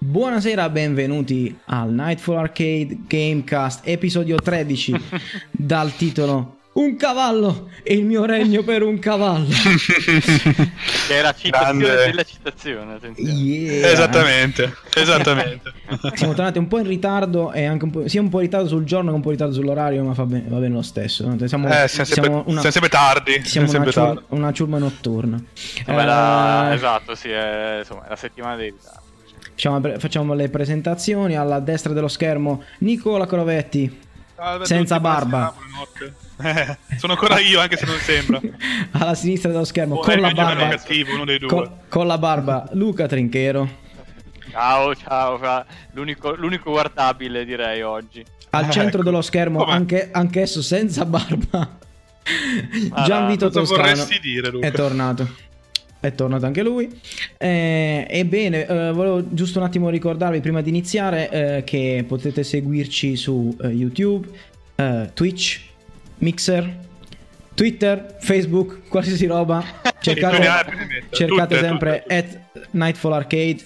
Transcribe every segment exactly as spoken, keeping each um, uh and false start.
Buonasera, benvenuti al Nightfall Arcade Gamecast, episodio tredici, dal titolo Un cavallo e il mio regno per un cavallo. Che era citazione Grande. della citazione, attenzione. Yeah. Esattamente, esattamente. Siamo tornati un po' in ritardo e anche un po', sia un po' in ritardo sul giorno che un po' in ritardo sull'orario, ma va bene, va bene lo stesso. Siamo, Eh, siamo, sempre, siamo una, siamo sempre tardi. siamo Siamo una, sempre ciur- tardi. una ciurma notturna. Vabbè, la- Eh, Esatto, sì, è, insomma, è la settimana dei ritardi. facciamo, facciamo le presentazioni. Alla destra dello schermo Nicola Crovetti, Salve a senza tutti, barba. buonanotte. Eh, sono ancora io, anche se non sembra. Alla sinistra dello schermo O con è la meglio meno barba, cattivo, uno dei due. con, con la barba Luca Trinchero. Ciao, ciao, fra- l'unico, l'unico guardabile direi oggi. Al Eh, centro ecco. dello schermo, Com'è? anche, anchesso senza barba, Ah, Gianvito cosa Toscano vorresti dire, Luca? è tornato. È tornato anche lui. Eh, ebbene, eh, volevo giusto un attimo ricordarvi prima di iniziare eh, che potete seguirci su eh, YouTube, eh, Twitch, Mixer, Twitter, Facebook, qualsiasi roba. Cercate, Più ne hai, più ne metta. cercate Tutte, sempre tutte, at Nightfall Arcade.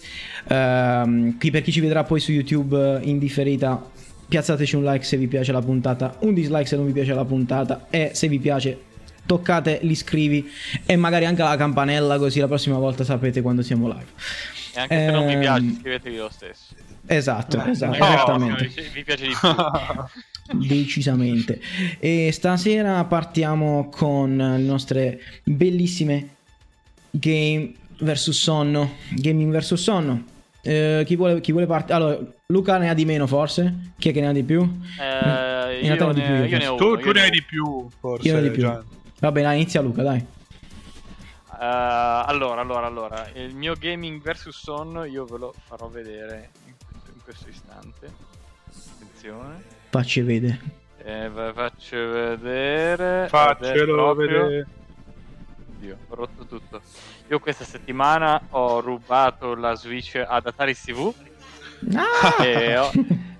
Ehm, chi- per chi ci vedrà poi su YouTube eh, in differita, piazzateci un like se vi piace la puntata, un dislike se non vi piace la puntata, e se vi piace toccate l'iscrivi e magari anche la campanella, così la prossima volta sapete quando siamo live. E anche se non vi Ehm, piace, iscrivetevi lo stesso. Esatto, esatto, no, esattamente. Se vi piace di più. Decisamente. E stasera partiamo con le nostre bellissime game versus sonno. Gaming versus sonno. Eh, chi vuole, chi vuole partire? Allora, Luca ne ha di meno forse? Chi è che ne ha di più? Eh, In realtà io, ne di più, ne, io io ne ho Tu, uno, tu io ne hai ho- di più, forse. Io ne ho di più. Gian. Va bene, inizia Luca, dai. Eh, allora, allora, allora, il mio gaming versus sonno io ve lo farò vedere in questo, in questo istante. Attenzione. Facci vedere. Eh, ve- faccio vedere. ed è Faccelo proprio- vedere. Oddio, ho rotto tutto. Io questa settimana ho rubato la Switch ad Ataris T V Ah! e, ho-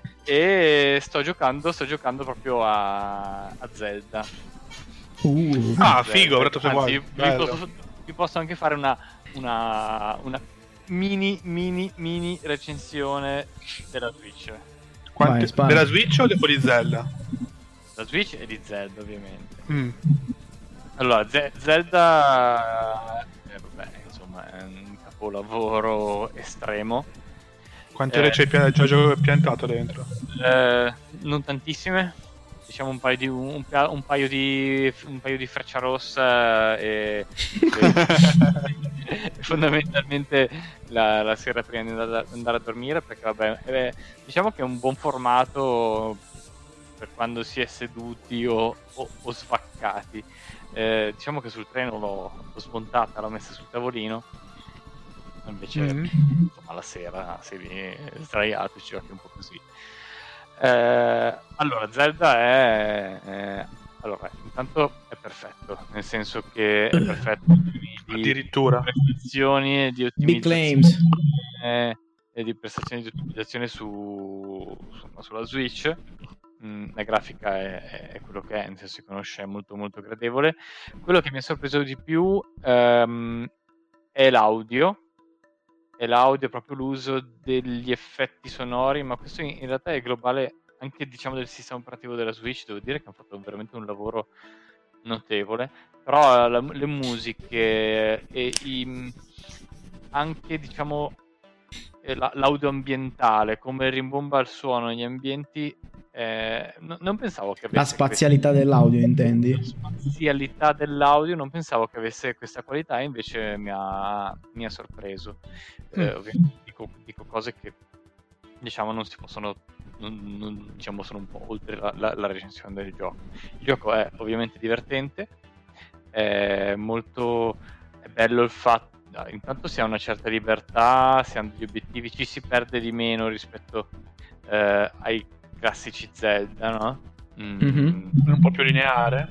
e sto giocando, sto giocando proprio a, a Zelda. Uh. Ah, Zelda. figo, Breath of the Anzi, Wild. vi Bello. posso, vi posso anche fare una, una, una mini, mini, mini recensione della Switch. Quanti- Vai, spara. della Switch o di o di Zelda? La Switch e di Zelda, ovviamente. Mm. Allora, Ze- Zelda, eh, vabbè, insomma, è un capolavoro estremo. Quante Eh. ore ci hai pia- già gio- piantato dentro? Eh, non tantissime, diciamo un paio di un, pa- un paio di un paio di Frecciarossa e, e fondamentalmente la, la sera prima di andare, andare a dormire, perché vabbè, eh, diciamo che è un buon formato per quando si è seduti o, o, o svaccati. Eh, diciamo che sul treno l'ho, l'ho smontata, l'ho messa sul tavolino. Invece Mm. insomma, la sera sei lì sdraiato e ci giochi un po' così. Eh, allora, Zelda è, è- allora, intanto è perfetto, nel senso che è perfetto in termini di Addirittura. prestazioni e di Big claims. ottimizzazione e di prestazioni di ottimizzazione su, insomma, sulla Switch. Mm, la grafica è, è quello che è, nel senso si conosce, è molto molto gradevole. Quello che mi ha sorpreso di più ehm, è l'audio. È l'audio, proprio l'uso degli effetti sonori, ma questo in, in realtà è globale anche, diciamo, del sistema operativo della Switch. Devo dire che hanno fatto veramente un lavoro notevole, però la- le musiche e i, anche, diciamo, eh, la- l'audio ambientale, come rimbomba il suono negli ambienti, eh, no- non pensavo che avesse La spazialità dell'audio, intendi? la spazialità dell'audio, non pensavo che avesse questa qualità, e invece mi ha, mi ha sorpreso. Eh, Mm. ovviamente dico, dico cose che, diciamo, non si possono, non- non- diciamo, sono un po' oltre la, la- la recensione del gioco. Il gioco è ovviamente divertente, è molto, è bello il fatto, intanto si ha una certa libertà, si hanno degli obiettivi, ci si perde di meno rispetto eh, ai classici Zelda, no? Mm, Mhm. È un po' più lineare.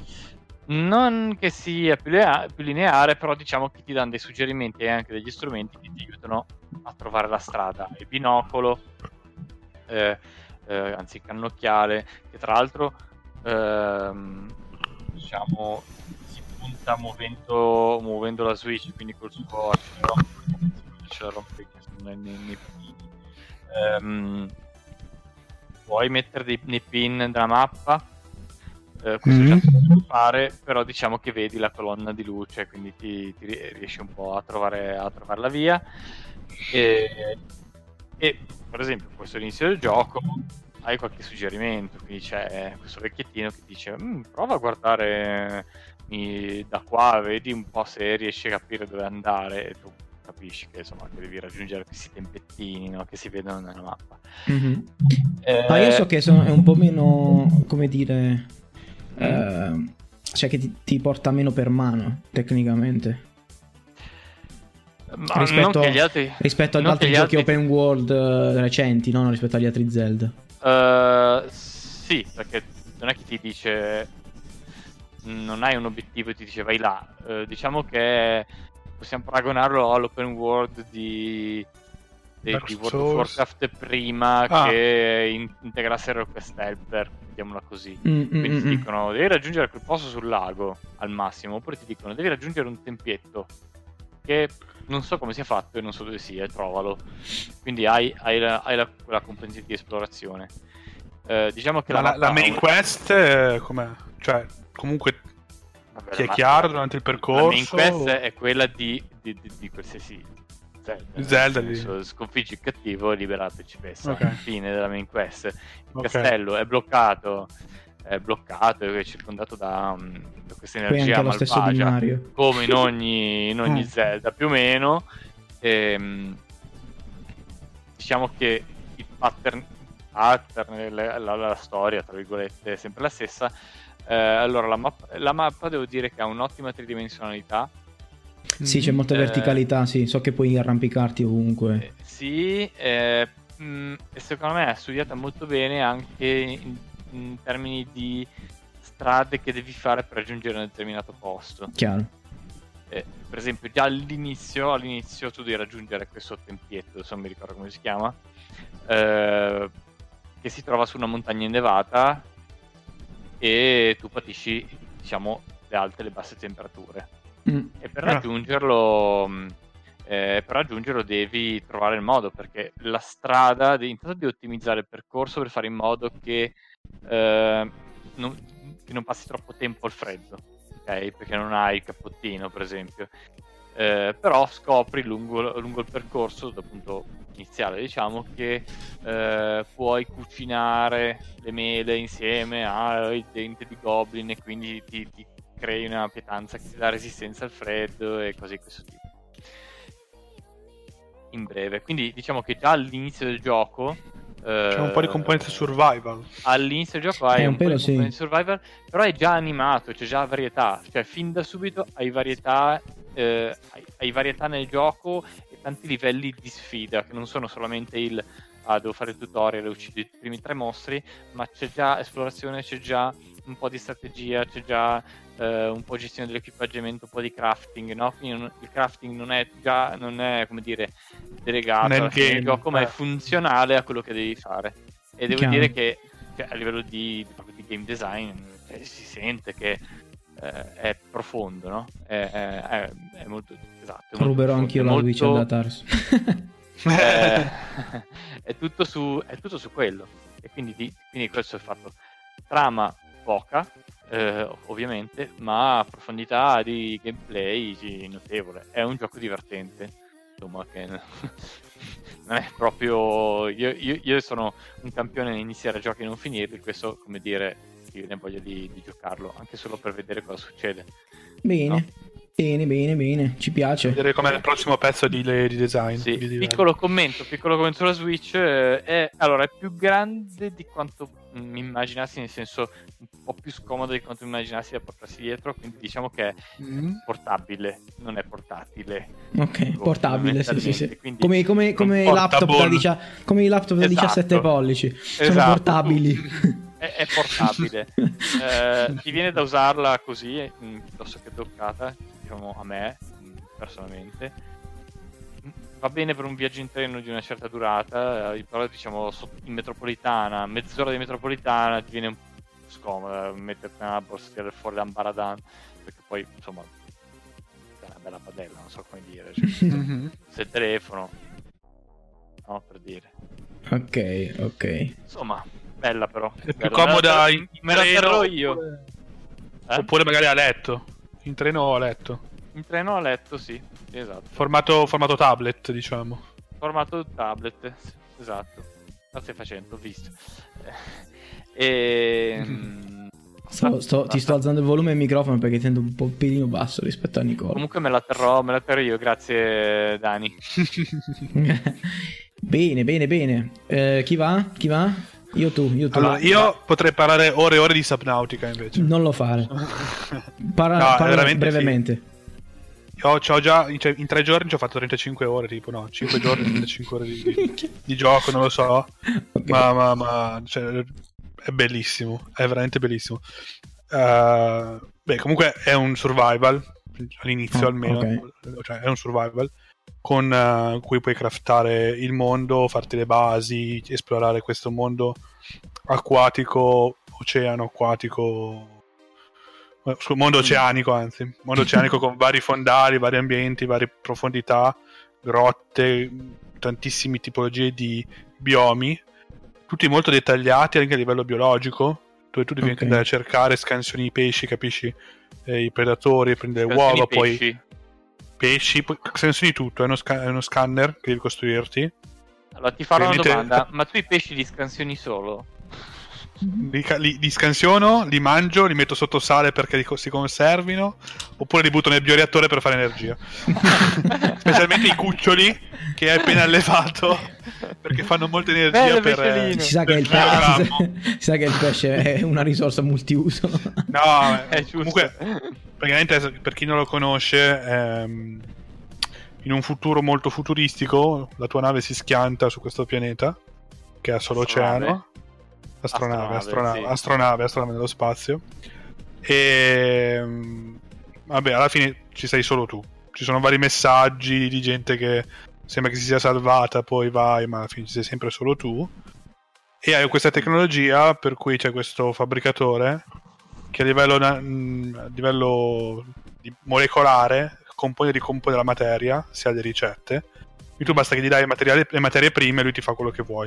Non che sia più, lea- più lineare, però diciamo che ti danno dei suggerimenti e anche degli strumenti che ti aiutano a trovare la strada. Il binocolo, eh, eh, anzi il cannocchiale, che tra l'altro ehm, diciamo si punta muovendo, muovendo la Switch, quindi col suo accelerometro ce la rompe nei, nei, nei ehm, puoi mettere dei, dei pin della mappa, eh, questo Mm. già si può fare, però diciamo che vedi la colonna di luce, quindi ti, ti riesci un po' a trovare, a trovare la via. E, e per esempio questo inizio del gioco hai qualche suggerimento, quindi c'è questo vecchiettino che dice "Mm, prova a guardare mi- da qua, vedi un po' se riesci a capire dove andare", e tu capisci che insomma che devi raggiungere questi tempettini, no, che si vedono nella mappa. Mhm. Eh, Ah, io so che sono, è un po' meno, come dire, Mm. eh, cioè che ti, ti porta meno per mano, tecnicamente. ma rispetto, non che gli altri rispetto ad non altri che gli giochi altri- open world eh, recenti, no? Rispetto agli altri Zelda. Eh, sì, perché non è che ti dice non hai un obiettivo e ti dice vai là. Eh, diciamo che possiamo paragonarlo all'open world di, di, Dark di World Souls. of Warcraft prima Ah. che in- integrassero quest helper, vediamola così. Mm, mm, Quindi mm, ti mm. dicono devi raggiungere quel posto sul lago al massimo, oppure ti dicono devi raggiungere un tempietto che non so come sia fatto e non so dove sia, trovalo. Quindi hai, hai, la, hai la, quella componente di esplorazione. Eh, diciamo che Ma la, la, la mappa ha main un- quest è com'è? Cioè, comunque Vabbè, ti è ma- chiaro durante il percorso? La main quest è quella di, di, di, di qualsiasi Zelda, Zelda nel di- senso, sconfiggi il cattivo e libera la principessa. Ok. Fine della main quest. Il Ok. castello è bloccato, è bloccato, è circondato da, mm, da questa Poi energia anche lo stesso di malvagia, Mario. come in ogni, in ogni Mm. Zelda più o meno. Ehm, diciamo che il pattern, pattern la, la, la storia, tra virgolette, è sempre la stessa. Eh, allora, la mappa, la mappa devo dire che ha un'ottima tridimensionalità. Sì, c'è molta Eh, verticalità, sì. So che puoi arrampicarti ovunque. Eh, sì, eh, mh, e secondo me è studiata molto bene anche in, in termini di strade che devi fare per raggiungere un determinato posto. Chiaro. Eh, per esempio, già all'inizio, all'inizio tu devi raggiungere questo tempietto, adesso non mi ricordo come si chiama, eh, che si trova su una montagna innevata e tu patisci, diciamo, le alte e le basse temperature. Mm. E per Ah. raggiungerlo, mh, eh, per raggiungerlo devi trovare il modo, perché la strada, devi, intanto devi ottimizzare il percorso per fare in modo che, eh, non, che non passi troppo tempo al freddo, ok? Perché non hai il cappottino, per esempio. Eh, però scopri lungo, lungo il percorso, dal punto iniziale, diciamo, che eh, puoi cucinare le mele insieme ai denti di goblin e quindi ti, ti crei una pietanza che ti dà resistenza al freddo e cose di questo tipo. In breve, quindi diciamo che già all'inizio del gioco C'è un po' di componente eh, survival. all'inizio del gioco hai Eh, un un, po' pelo di sì. componenti survivor, però è già animato, c'è già varietà, cioè fin da subito hai varietà, eh, hai, hai varietà nel gioco e tanti livelli di sfida, che non sono solamente il ah, devo fare il tutorial e uccido i primi tre mostri, ma c'è già esplorazione, c'è già un po' di strategia, c'è già eh, un po' gestione dell'equipaggiamento, un po' di crafting, no? Quindi non- il crafting non è già, non è come dire delegato Non è il alla fine del game, gioco, ma eh. è funzionale a quello che devi fare. E devo Chiaro. dire che cioè, a livello di, proprio di game design cioè, si sente che eh, è profondo, no? È, è- è- è molto esatto. è molto Ruberò profondo, anch'io è la molto- Luigi da Tars. eh, è, tutto su, è tutto su quello. E quindi, di- quindi questo è il fatto. Trama poca, eh, ovviamente, ma profondità di gameplay sì, notevole. È un gioco divertente, insomma, che non è proprio... Io, io- io sono un campione a iniziare giochi e non finirli, questo, come dire, ti viene voglia di, di giocarlo, anche solo per vedere cosa succede. Bene, No? bene, bene, bene. Ci piace. Vedere com'è il prossimo pezzo di, di design. Sì, di livello. piccolo commento, piccolo commento sulla Switch, eh, è, allora, è più grande di quanto mm, mi immaginassi, nel senso un po' più scomodo di quanto mi immaginassi da portarsi dietro, quindi diciamo che è Mm. portabile, non è portatile. Ok, Ecco, portabile, sì, sì, sì. fondamentalmente, quindi Come, come, come i un laptop da, portable. dicia- come i laptop da Esatto. diciassette pollici. Sono Esatto, portabili. tu- È, è portabile. Eh, ti viene da usarla così, mh, piuttosto che doccata, diciamo a me, mh, personalmente. Mh, Va bene per un viaggio in treno di una certa durata, eh, però diciamo so- in metropolitana, mezz'ora di metropolitana ti viene un po' scomoda metterti nella borsa, tirare fuori l'ambaradan, perché poi insomma è una bella padella, non so come dire, cioè, Mhm. se il telefono, no, per dire. Ok, ok. Insomma, bella però. È più Bella. comoda Me la- in me la treno, terrò io. Oppure... Eh? oppure magari a letto. In treno o a letto. In treno a letto, sì, esatto. Formato, formato tablet, diciamo. Formato tablet, esatto. La stai facendo, ho visto. E... Sto- sto- ti sto alzando il volume del microfono perché sento un po' pelino basso rispetto a Nicola. Comunque me la terrò, me la terrò io, grazie Dani. Bene, bene, bene. Eh, chi va? Chi va? Io tu, io tu. Allora, io potrei parlare ore e ore di Subnautica invece. Non lo fare. Parla, No, parla veramente brevemente. Io c'ho già, in, cioè, in tre giorni ci ho fatto trentacinque ore, tipo, no, cinque giorni, trentacinque ore di, di, di gioco, non lo so. Ok. Ma, ma, ma cioè, è bellissimo, è veramente bellissimo. Uh, beh, comunque è un survival, all'inizio Oh, almeno, ok. cioè è un survival, con uh, cui puoi craftare il mondo, farti le basi, esplorare questo mondo acquatico, oceano acquatico... Sul mondo oceanico, anzi, mondo oceanico con vari fondali, vari ambienti, varie profondità, grotte, tantissime tipologie di biomi, tutti molto dettagliati anche a livello biologico, dove tu devi Ok. anche andare a cercare, scansioni i pesci, capisci eh, i predatori, prendere Scansioni uova, pesci. poi pesci, poi scansioni tutto, è uno, sca- è uno scanner che devi costruirti. Allora ti farò una Ovviamente- domanda, ma tu i pesci li scansioni solo? Li, ca- li- li scansiono, li mangio, li metto sotto sale perché li co- si conservino, oppure li butto nel bioreattore per fare energia. Specialmente i cuccioli che hai appena allevato, perché fanno molta energia Bello per... pesciolino. Si sa, che il per pesce, programma. si sa che il pesce è una risorsa multiuso. No, È eh, giusto. comunque, praticamente per chi non lo conosce, ehm, in un futuro molto futuristico, la tua nave si schianta su questo pianeta, che ha solo Astronave. oceano. Astronave, Astronave, astronave, sì. astronave, astronave nello spazio. E mm, vabbè, alla fine ci sei solo tu. Ci sono vari messaggi di gente che sembra che si sia salvata, poi vai, ma alla fine ci sei sempre solo tu. E hai questa tecnologia per cui c'è questo fabbricatore che a livello, na- mh, a livello di molecolare compone e ricompone la materia, se ha le ricette. E tu basta che gli dai i materiali- le materie prime e lui ti fa quello che vuoi.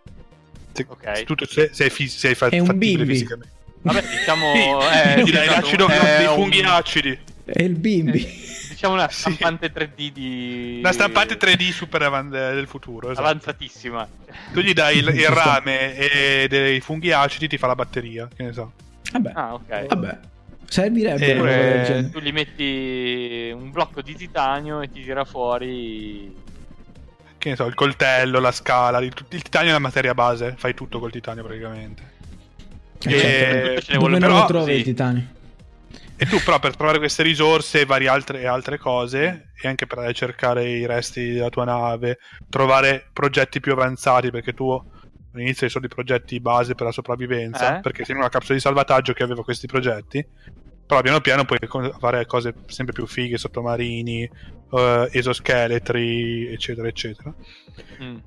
Se, Ok. se, tutto, se, se, è fis- se è fa- È un fattibile bimbi. fisicamente. Vabbè, diciamo... Sì, eh, gli dai esatto, l'acido, è dei un- funghi acidi. È il bimbi. Diciamo una Sì. stampante tre D di... La stampante tre D super avan- del futuro, esatto. avanzatissima. Tu gli dai il, il Ci sta. rame e dei funghi acidi, ti fa la batteria, che ne so. Vabbè, Ah, ok. vabbè. Servirebbe Eh, una cosa del Oppure genere. tu gli metti un blocco di titanio e ti tira fuori... Che ne so, il coltello, la scala, il, il titanio è la materia base, fai tutto col titanio praticamente. Eh, E- certo. ce ne Dove vuole non però- lo trovi sì. il titanio? E tu però per trovare queste risorse e varie altre, e altre cose, e anche per andare a cercare i resti della tua nave, trovare progetti più avanzati, perché tu all'inizio hai solo i progetti base per la sopravvivenza, Eh? perché sei in una capsula di salvataggio che aveva questi progetti, però piano piano puoi co- fare cose sempre più fighe, sottomarini, eh, esoscheletri, eccetera, eccetera. Mm.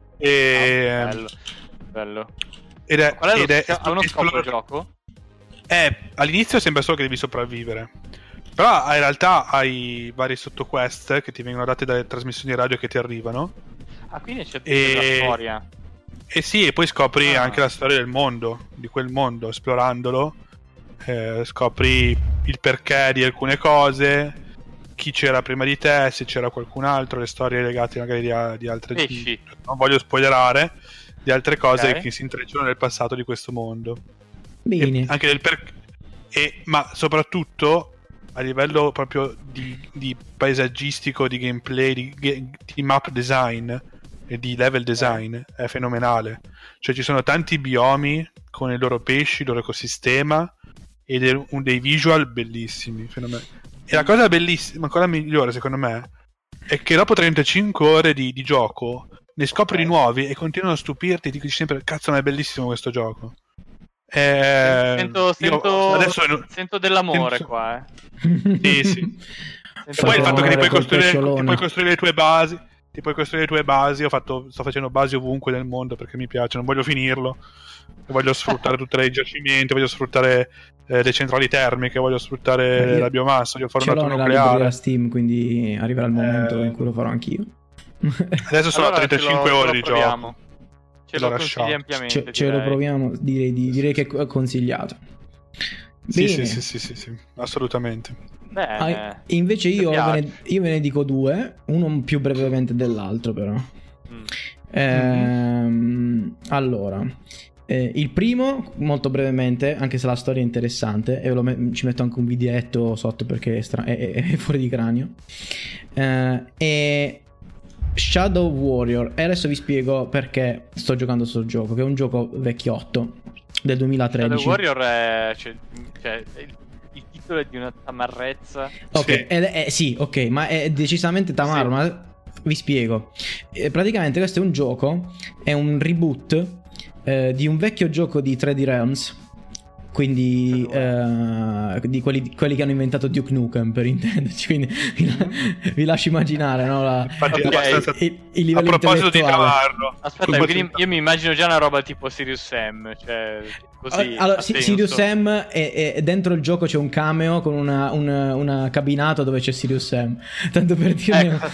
E, Ah, bello. Bello. ed è, Qual è lo ed è sca- ha uno scopo esplora- il gioco? Eh, all'inizio sembra solo che devi sopravvivere. Però in realtà hai vari sottoquest che ti vengono date dalle trasmissioni radio che ti arrivano. Ah, quindi c'è tutta E- la storia. E sì, e poi scopri Ah. anche la storia del mondo, di quel mondo, esplorandolo. Eh, scopri il perché di alcune cose, chi c'era prima di te, se c'era qualcun altro, le storie legate magari di, a- di altre... Pesci. Non voglio spoilerare, di altre cose Ok. che si intrecciano nel passato di questo mondo. Bene. E anche del perché, e, ma soprattutto a livello proprio di, di paesaggistico, di gameplay, di, ga- di map design e di level design è fenomenale. Cioè ci sono tanti biomi con i loro pesci, il loro ecosistema ed è un dei visual bellissimi, fenomenali. E la cosa bellissima, ancora migliore secondo me, è che dopo trentacinque ore di, di gioco ne scopri Ok. di nuovi e continuano a stupirti, ti dici sempre cazzo ma è bellissimo questo gioco. Eh, Sento, io sento, adesso non- sento dell'amore sento- qua, eh. Sì, sì. Sento E poi il fatto che ti puoi, Col costruire, ti pesciolone. puoi costruire le tue basi, ti puoi costruire le tue basi. Ho fatto, sto facendo basi ovunque nel mondo perché mi piace, non voglio finirlo. Voglio sfruttare tutti i giacimenti, voglio sfruttare eh, le centrali termiche, voglio sfruttare Eh, io la biomassa, voglio fare Ce un l'ho altro nella libreria nucleare. Steam, quindi arriverà il momento Eh. in cui lo farò anch'io. Adesso sono Allora a trentacinque ce lo- ore ce di lo proviamo. gioco. Ce lo consigli ampiamente. Ce, ce lo proviamo, direi, di, direi che è consigliato. Sì, sì, sì, sì, sì, sì, assolutamente. Bene. Ah, invece io ve, ne, io ve ne dico due, uno più brevemente dell'altro però. Mm. Ehm, mm-hmm. Allora, eh, il primo molto brevemente, anche se la storia è interessante, e ve lo me- ci metto anche un videetto sotto perché è, stra- è, è fuori di cranio, eh, è Shadow Warrior. E adesso vi spiego perché sto giocando sto gioco, che è un gioco vecchiotto del duemilatredici. Shadow Warrior è... Cioè, cioè, il, il titolo è di una tamarrezza. Ok, sì, ed è, sì, ok, ma è decisamente tamarro, sì. Ma vi spiego. Eh, praticamente questo è un gioco, è un reboot eh, di un vecchio gioco di tre D Realms. Quindi eh, di quelli, quelli che hanno inventato Duke Nukem, per intenderci. Quindi vi, vi lascio immaginare, no? La, Infatti, la, abbastanza... il, il livello a proposito di tamarro, aspetta, quindi io mi immagino già una roba tipo Serious Sam, cioè così. Allora, Serious Sam è, è dentro il gioco c'è un cameo con una, una, una cabinata dove c'è Serious Sam. Tanto per dirne ecco.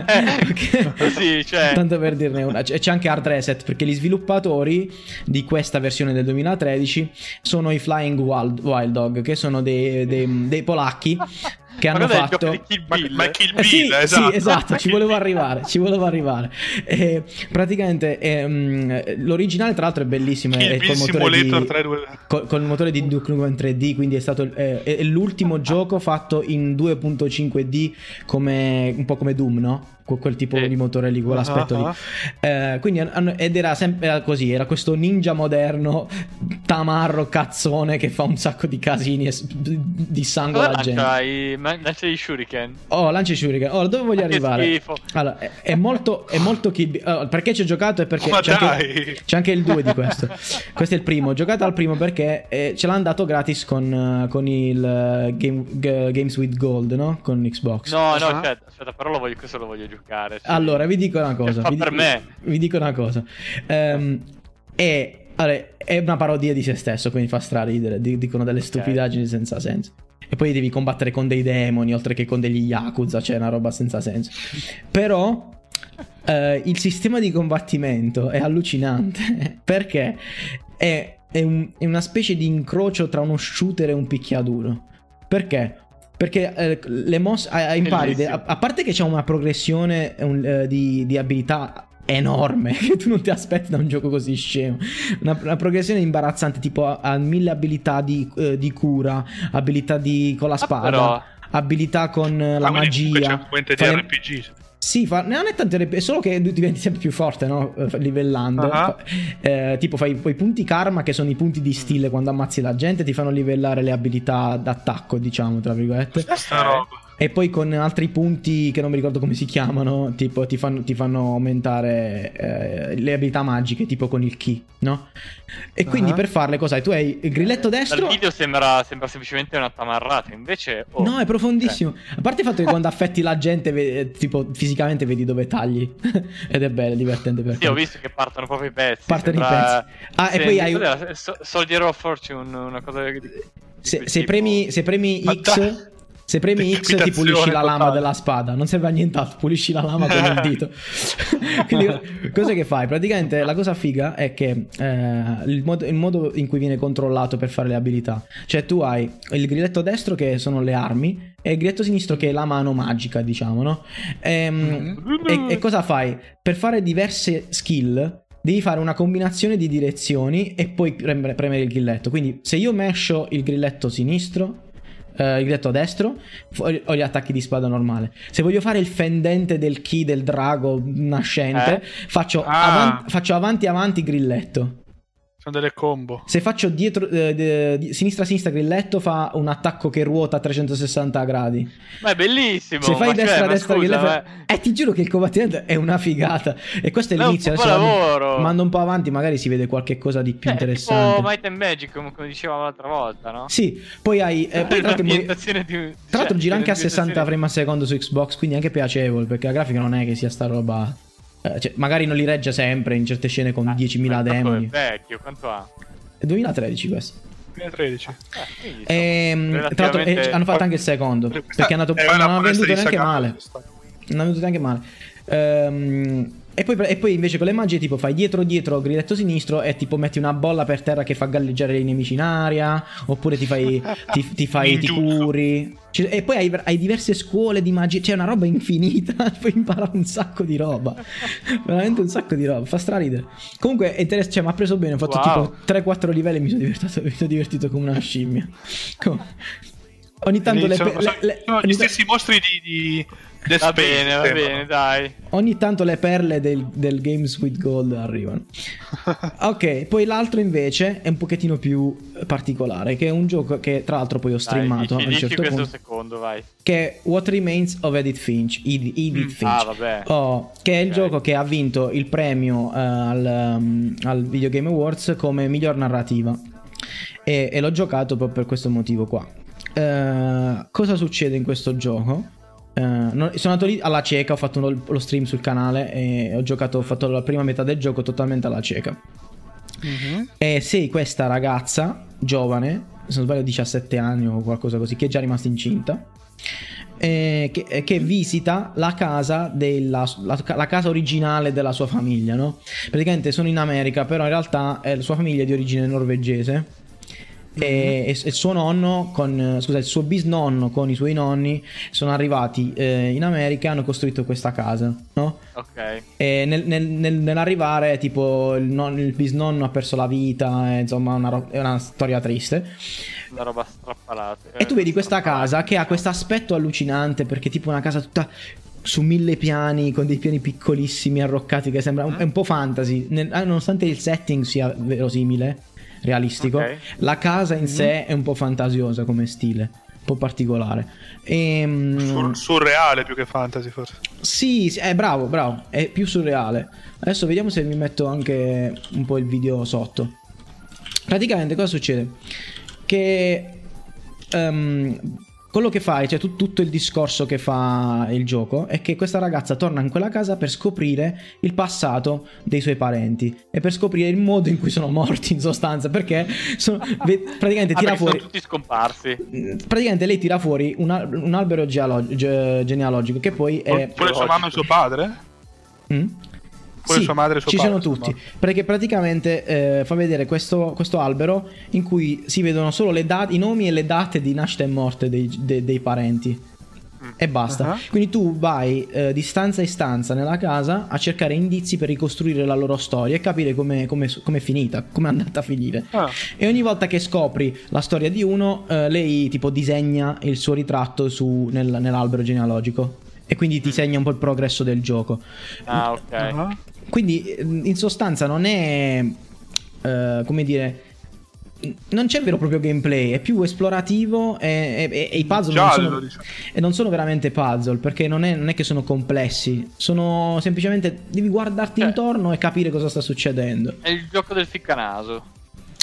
okay. Sì, cioè. Tanto per dirne una. C'è anche Hard Reset, perché gli sviluppatori di questa versione del duemilatredici sono i Flying Wild, Wild Dog, che sono dei, dei, dei polacchi che hanno fatto Kill Bill. Ma, ma Kill Bill, eh, sì, esatto. Sì, esatto, ci volevo arrivare, ci volevo arrivare. E praticamente ehm, l'originale tra l'altro è bellissimo, è col motore, di, col, col motore di Duke Nukem tre D, quindi è stato eh, è l'ultimo gioco fatto in due punto cinque D, come un po' come Doom, no? Quel tipo eh. di motore lì, quell'aspetto uh-huh. lì. Eh, quindi ed era sempre era così, era questo ninja moderno, tamarro, cazzone, che fa un sacco di casini e di sangue alla gente. I, lancia i shuriken. Oh, lancia i shuriken. Oh, dove voglio ma arrivare? Schifo. Allora, è, è molto è molto Kill oh, perché ci ho giocato e perché oh, c'è anche, c'è anche il due di questo. Questo è il primo. Ho giocato al primo perché eh, ce l'hanno dato gratis con, con il uh, game, g- Games with Gold, no? Con Xbox. No, no, uh-huh. aspetta, aspetta, però lo voglio, questo lo voglio giocare. Sì. Allora, vi dico una cosa. Vi, per me. vi dico una cosa. Um, è, allora, è una parodia di se stesso, quindi fa straridere. Dicono delle stupidaggini okay. senza senso. E poi devi combattere con dei demoni, oltre che con degli yakuza, cioè una roba senza senso. Però eh, il sistema di combattimento è allucinante, perché è, è, un, è una specie di incrocio tra uno shooter e un picchiaduro. Perché? Perché eh, le mosse eh, impari, de- a-, a parte che c'è una progressione un, eh, di, di abilità enorme che tu non ti aspetti da un gioco così scemo, una, una progressione imbarazzante, tipo ha, ha mille abilità di, eh, di cura, abilità di con la spada, ah, però... abilità con eh, la magia, c'è un puente di R P G. Sì, fa, non è tanto R P G, è solo che diventi sempre più forte, no? Livellando. Uh-huh. Fa, eh, tipo fai poi punti karma, che sono i punti di stile, mm. quando ammazzi la gente ti fanno livellare le abilità d'attacco, diciamo, tra virgolette. Questa roba. E poi con altri punti che non mi ricordo come si chiamano, tipo ti fanno, ti fanno aumentare eh, le abilità magiche, tipo con il ki, no? E quindi uh-huh. per farle cosa? Tu hai il grilletto destro. Dal video sembra, sembra semplicemente una tamarrata, invece oh, no, è profondissimo. Eh. A parte il fatto che quando affetti la gente vedi, tipo fisicamente vedi dove tagli. Ed è bello, è divertente per sì, ho visto che partono proprio i pezzi. Partono sembra... i pezzi. Ah, e poi hai Soldier of Fortune, una cosa di, di se, se premi se premi X Se premi X ti pulisci la lama totale. della spada. Non serve a nient'altro, pulisci la lama con il dito. Quindi cosa che fai? Praticamente la cosa figa è che eh, il, modo, il modo in cui viene controllato per fare le abilità. Cioè tu hai il grilletto destro che sono le armi e il grilletto sinistro che è la mano magica, diciamo, no? E, mm-hmm. e, e cosa fai? Per fare diverse skill devi fare una combinazione di direzioni e poi premere, premere il grilletto. Quindi se io mescio il grilletto sinistro, Uh, il grilletto a destro, ho gli attacchi di spada normale. Se voglio fare il fendente del ki del drago nascente, eh? faccio, ah. avanti, faccio avanti avanti grilletto. Sono delle combo. Se faccio dietro eh, de, de, sinistra sinistra grilletto fa un attacco che ruota a trecentosessanta gradi. Ma è bellissimo. Se fai ma destra cioè, destra scusa, grilletto ma... eh ti giuro che il combattimento è una figata. E questo è ma l'inizio. È un adesso lavoro. Mando un po' avanti, magari si vede qualche cosa di più eh, interessante. Tipo Might and Magic, come, come dicevamo l'altra volta, no? Sì. Poi hai eh, poi, tra l'altro, di... tra l'altro gira anche a sessanta frame al secondo su Xbox, quindi anche piacevole, perché la grafica non è che sia sta roba eh, cioè, magari non li regge sempre in certe scene con ah, diecimila demoni. È vecchio, quanto ha? È duemilatredici questo. duemilatredici. Eh, e, tra l'altro eh, hanno fatto anche il secondo, perché hanno, non hanno venduto neanche male. Non hanno venduto neanche male. Ehm, E poi, e poi invece con le magie tipo fai dietro dietro grilletto sinistro e tipo metti una bolla per terra che fa galleggiare i nemici in aria, oppure ti fai ti, ti fai ti curi. E poi hai, hai diverse scuole di magia, c'è una roba infinita, puoi imparare un sacco di roba. Veramente un sacco di roba, fa straridere. Comunque è interessante, cioè mi ha preso bene, ho fatto Wow. tipo tre quattro livelli e mi sono divertito, mi sono divertito come una scimmia. Com- Ogni tanto le, sono, pe- sono- le- le- sono ogni gli ta- stessi mostri di, di Dead Va Space, bene, va sembrano. bene, dai. ogni tanto le perle del, del Games with Gold arrivano. Ok, poi l'altro invece è un pochettino più particolare, che è un gioco che tra l'altro poi ho streamato Dai, a un dici, dici certo questo punto, secondo, vai. che è What Remains of Edith Finch, Edith, Edith Mm. Finch. Ah, vabbè. Oh, che è il Ok. gioco che ha vinto il premio eh, al, um, al Video Game Awards come miglior narrativa, e, e l'ho giocato proprio per questo motivo qua. Eh, cosa succede in questo gioco? Eh, non- sono andato lì alla cieca, ho fatto uno- lo stream sul canale e ho giocato, ho fatto la prima metà del gioco totalmente alla cieca. Mhm. E sei questa ragazza giovane, se non sbaglio diciassette anni o qualcosa così, che è già rimasta incinta, eh, che, che visita la casa della la, la casa originale della sua famiglia, no? Praticamente sono in America, però in realtà eh, la sua famiglia è di origine norvegese. E, e il suo nonno con scusa il suo bisnonno con i suoi nonni sono arrivati eh, in America e hanno costruito questa casa, no? Ok. E nel, nel- nel- nell'arrivare tipo il, non- il bisnonno ha perso la vita, e, insomma una ro- è una storia triste. Una roba strappalata. E tu vedi questa casa che ha questo aspetto allucinante, perché è tipo una casa tutta su mille piani, con dei piani piccolissimi arroccati, che sembra un, è un po' fantasy, Nel- ah, nonostante il setting sia verosimile, realistico, Ok. la casa in sé è un po' fantasiosa come stile, un po' particolare. E, Sur- surreale più che fantasy, forse. sì, sì, è bravo, bravo, è più surreale. Adesso vediamo se mi metto anche un po' il video sotto. Praticamente cosa succede? Che ehm, quello che fai, cioè tu- tutto il discorso che fa il gioco è che questa ragazza torna in quella casa per scoprire il passato dei suoi parenti e per scoprire il modo in cui sono morti, in sostanza, perché sono, ve- praticamente Ah, tira perché fuori sono tutti scomparsi. praticamente lei tira fuori un, al- un albero gealo- ge- genealogico che poi è Pure sua mamma e suo padre? Mm? Pure Sì, sua madre e suo ci padre, sono tutti, insomma. perché praticamente eh, fa vedere questo, questo albero in cui si vedono solo le date, i nomi e le date di nascita e morte dei, de- dei parenti e basta. Ah. Quindi tu vai eh, di stanza in stanza nella casa a cercare indizi per ricostruire la loro storia e capire come è finita, come è andata a finire. Ah. E ogni volta che scopri la storia di uno, eh, lei tipo disegna il suo ritratto su, nel- nell'albero genealogico. E quindi ti segna un po' il progresso del gioco. Ah, ok. Ah. Quindi in sostanza non è eh, come dire, non c'è vero e proprio gameplay, è più esplorativo e, e- e i puzzle non Giallo, sono, diciamo. e non sono veramente puzzle, perché non è, non è che sono complessi, sono semplicemente devi guardarti Eh. intorno e capire cosa sta succedendo. È il gioco del ficcanaso.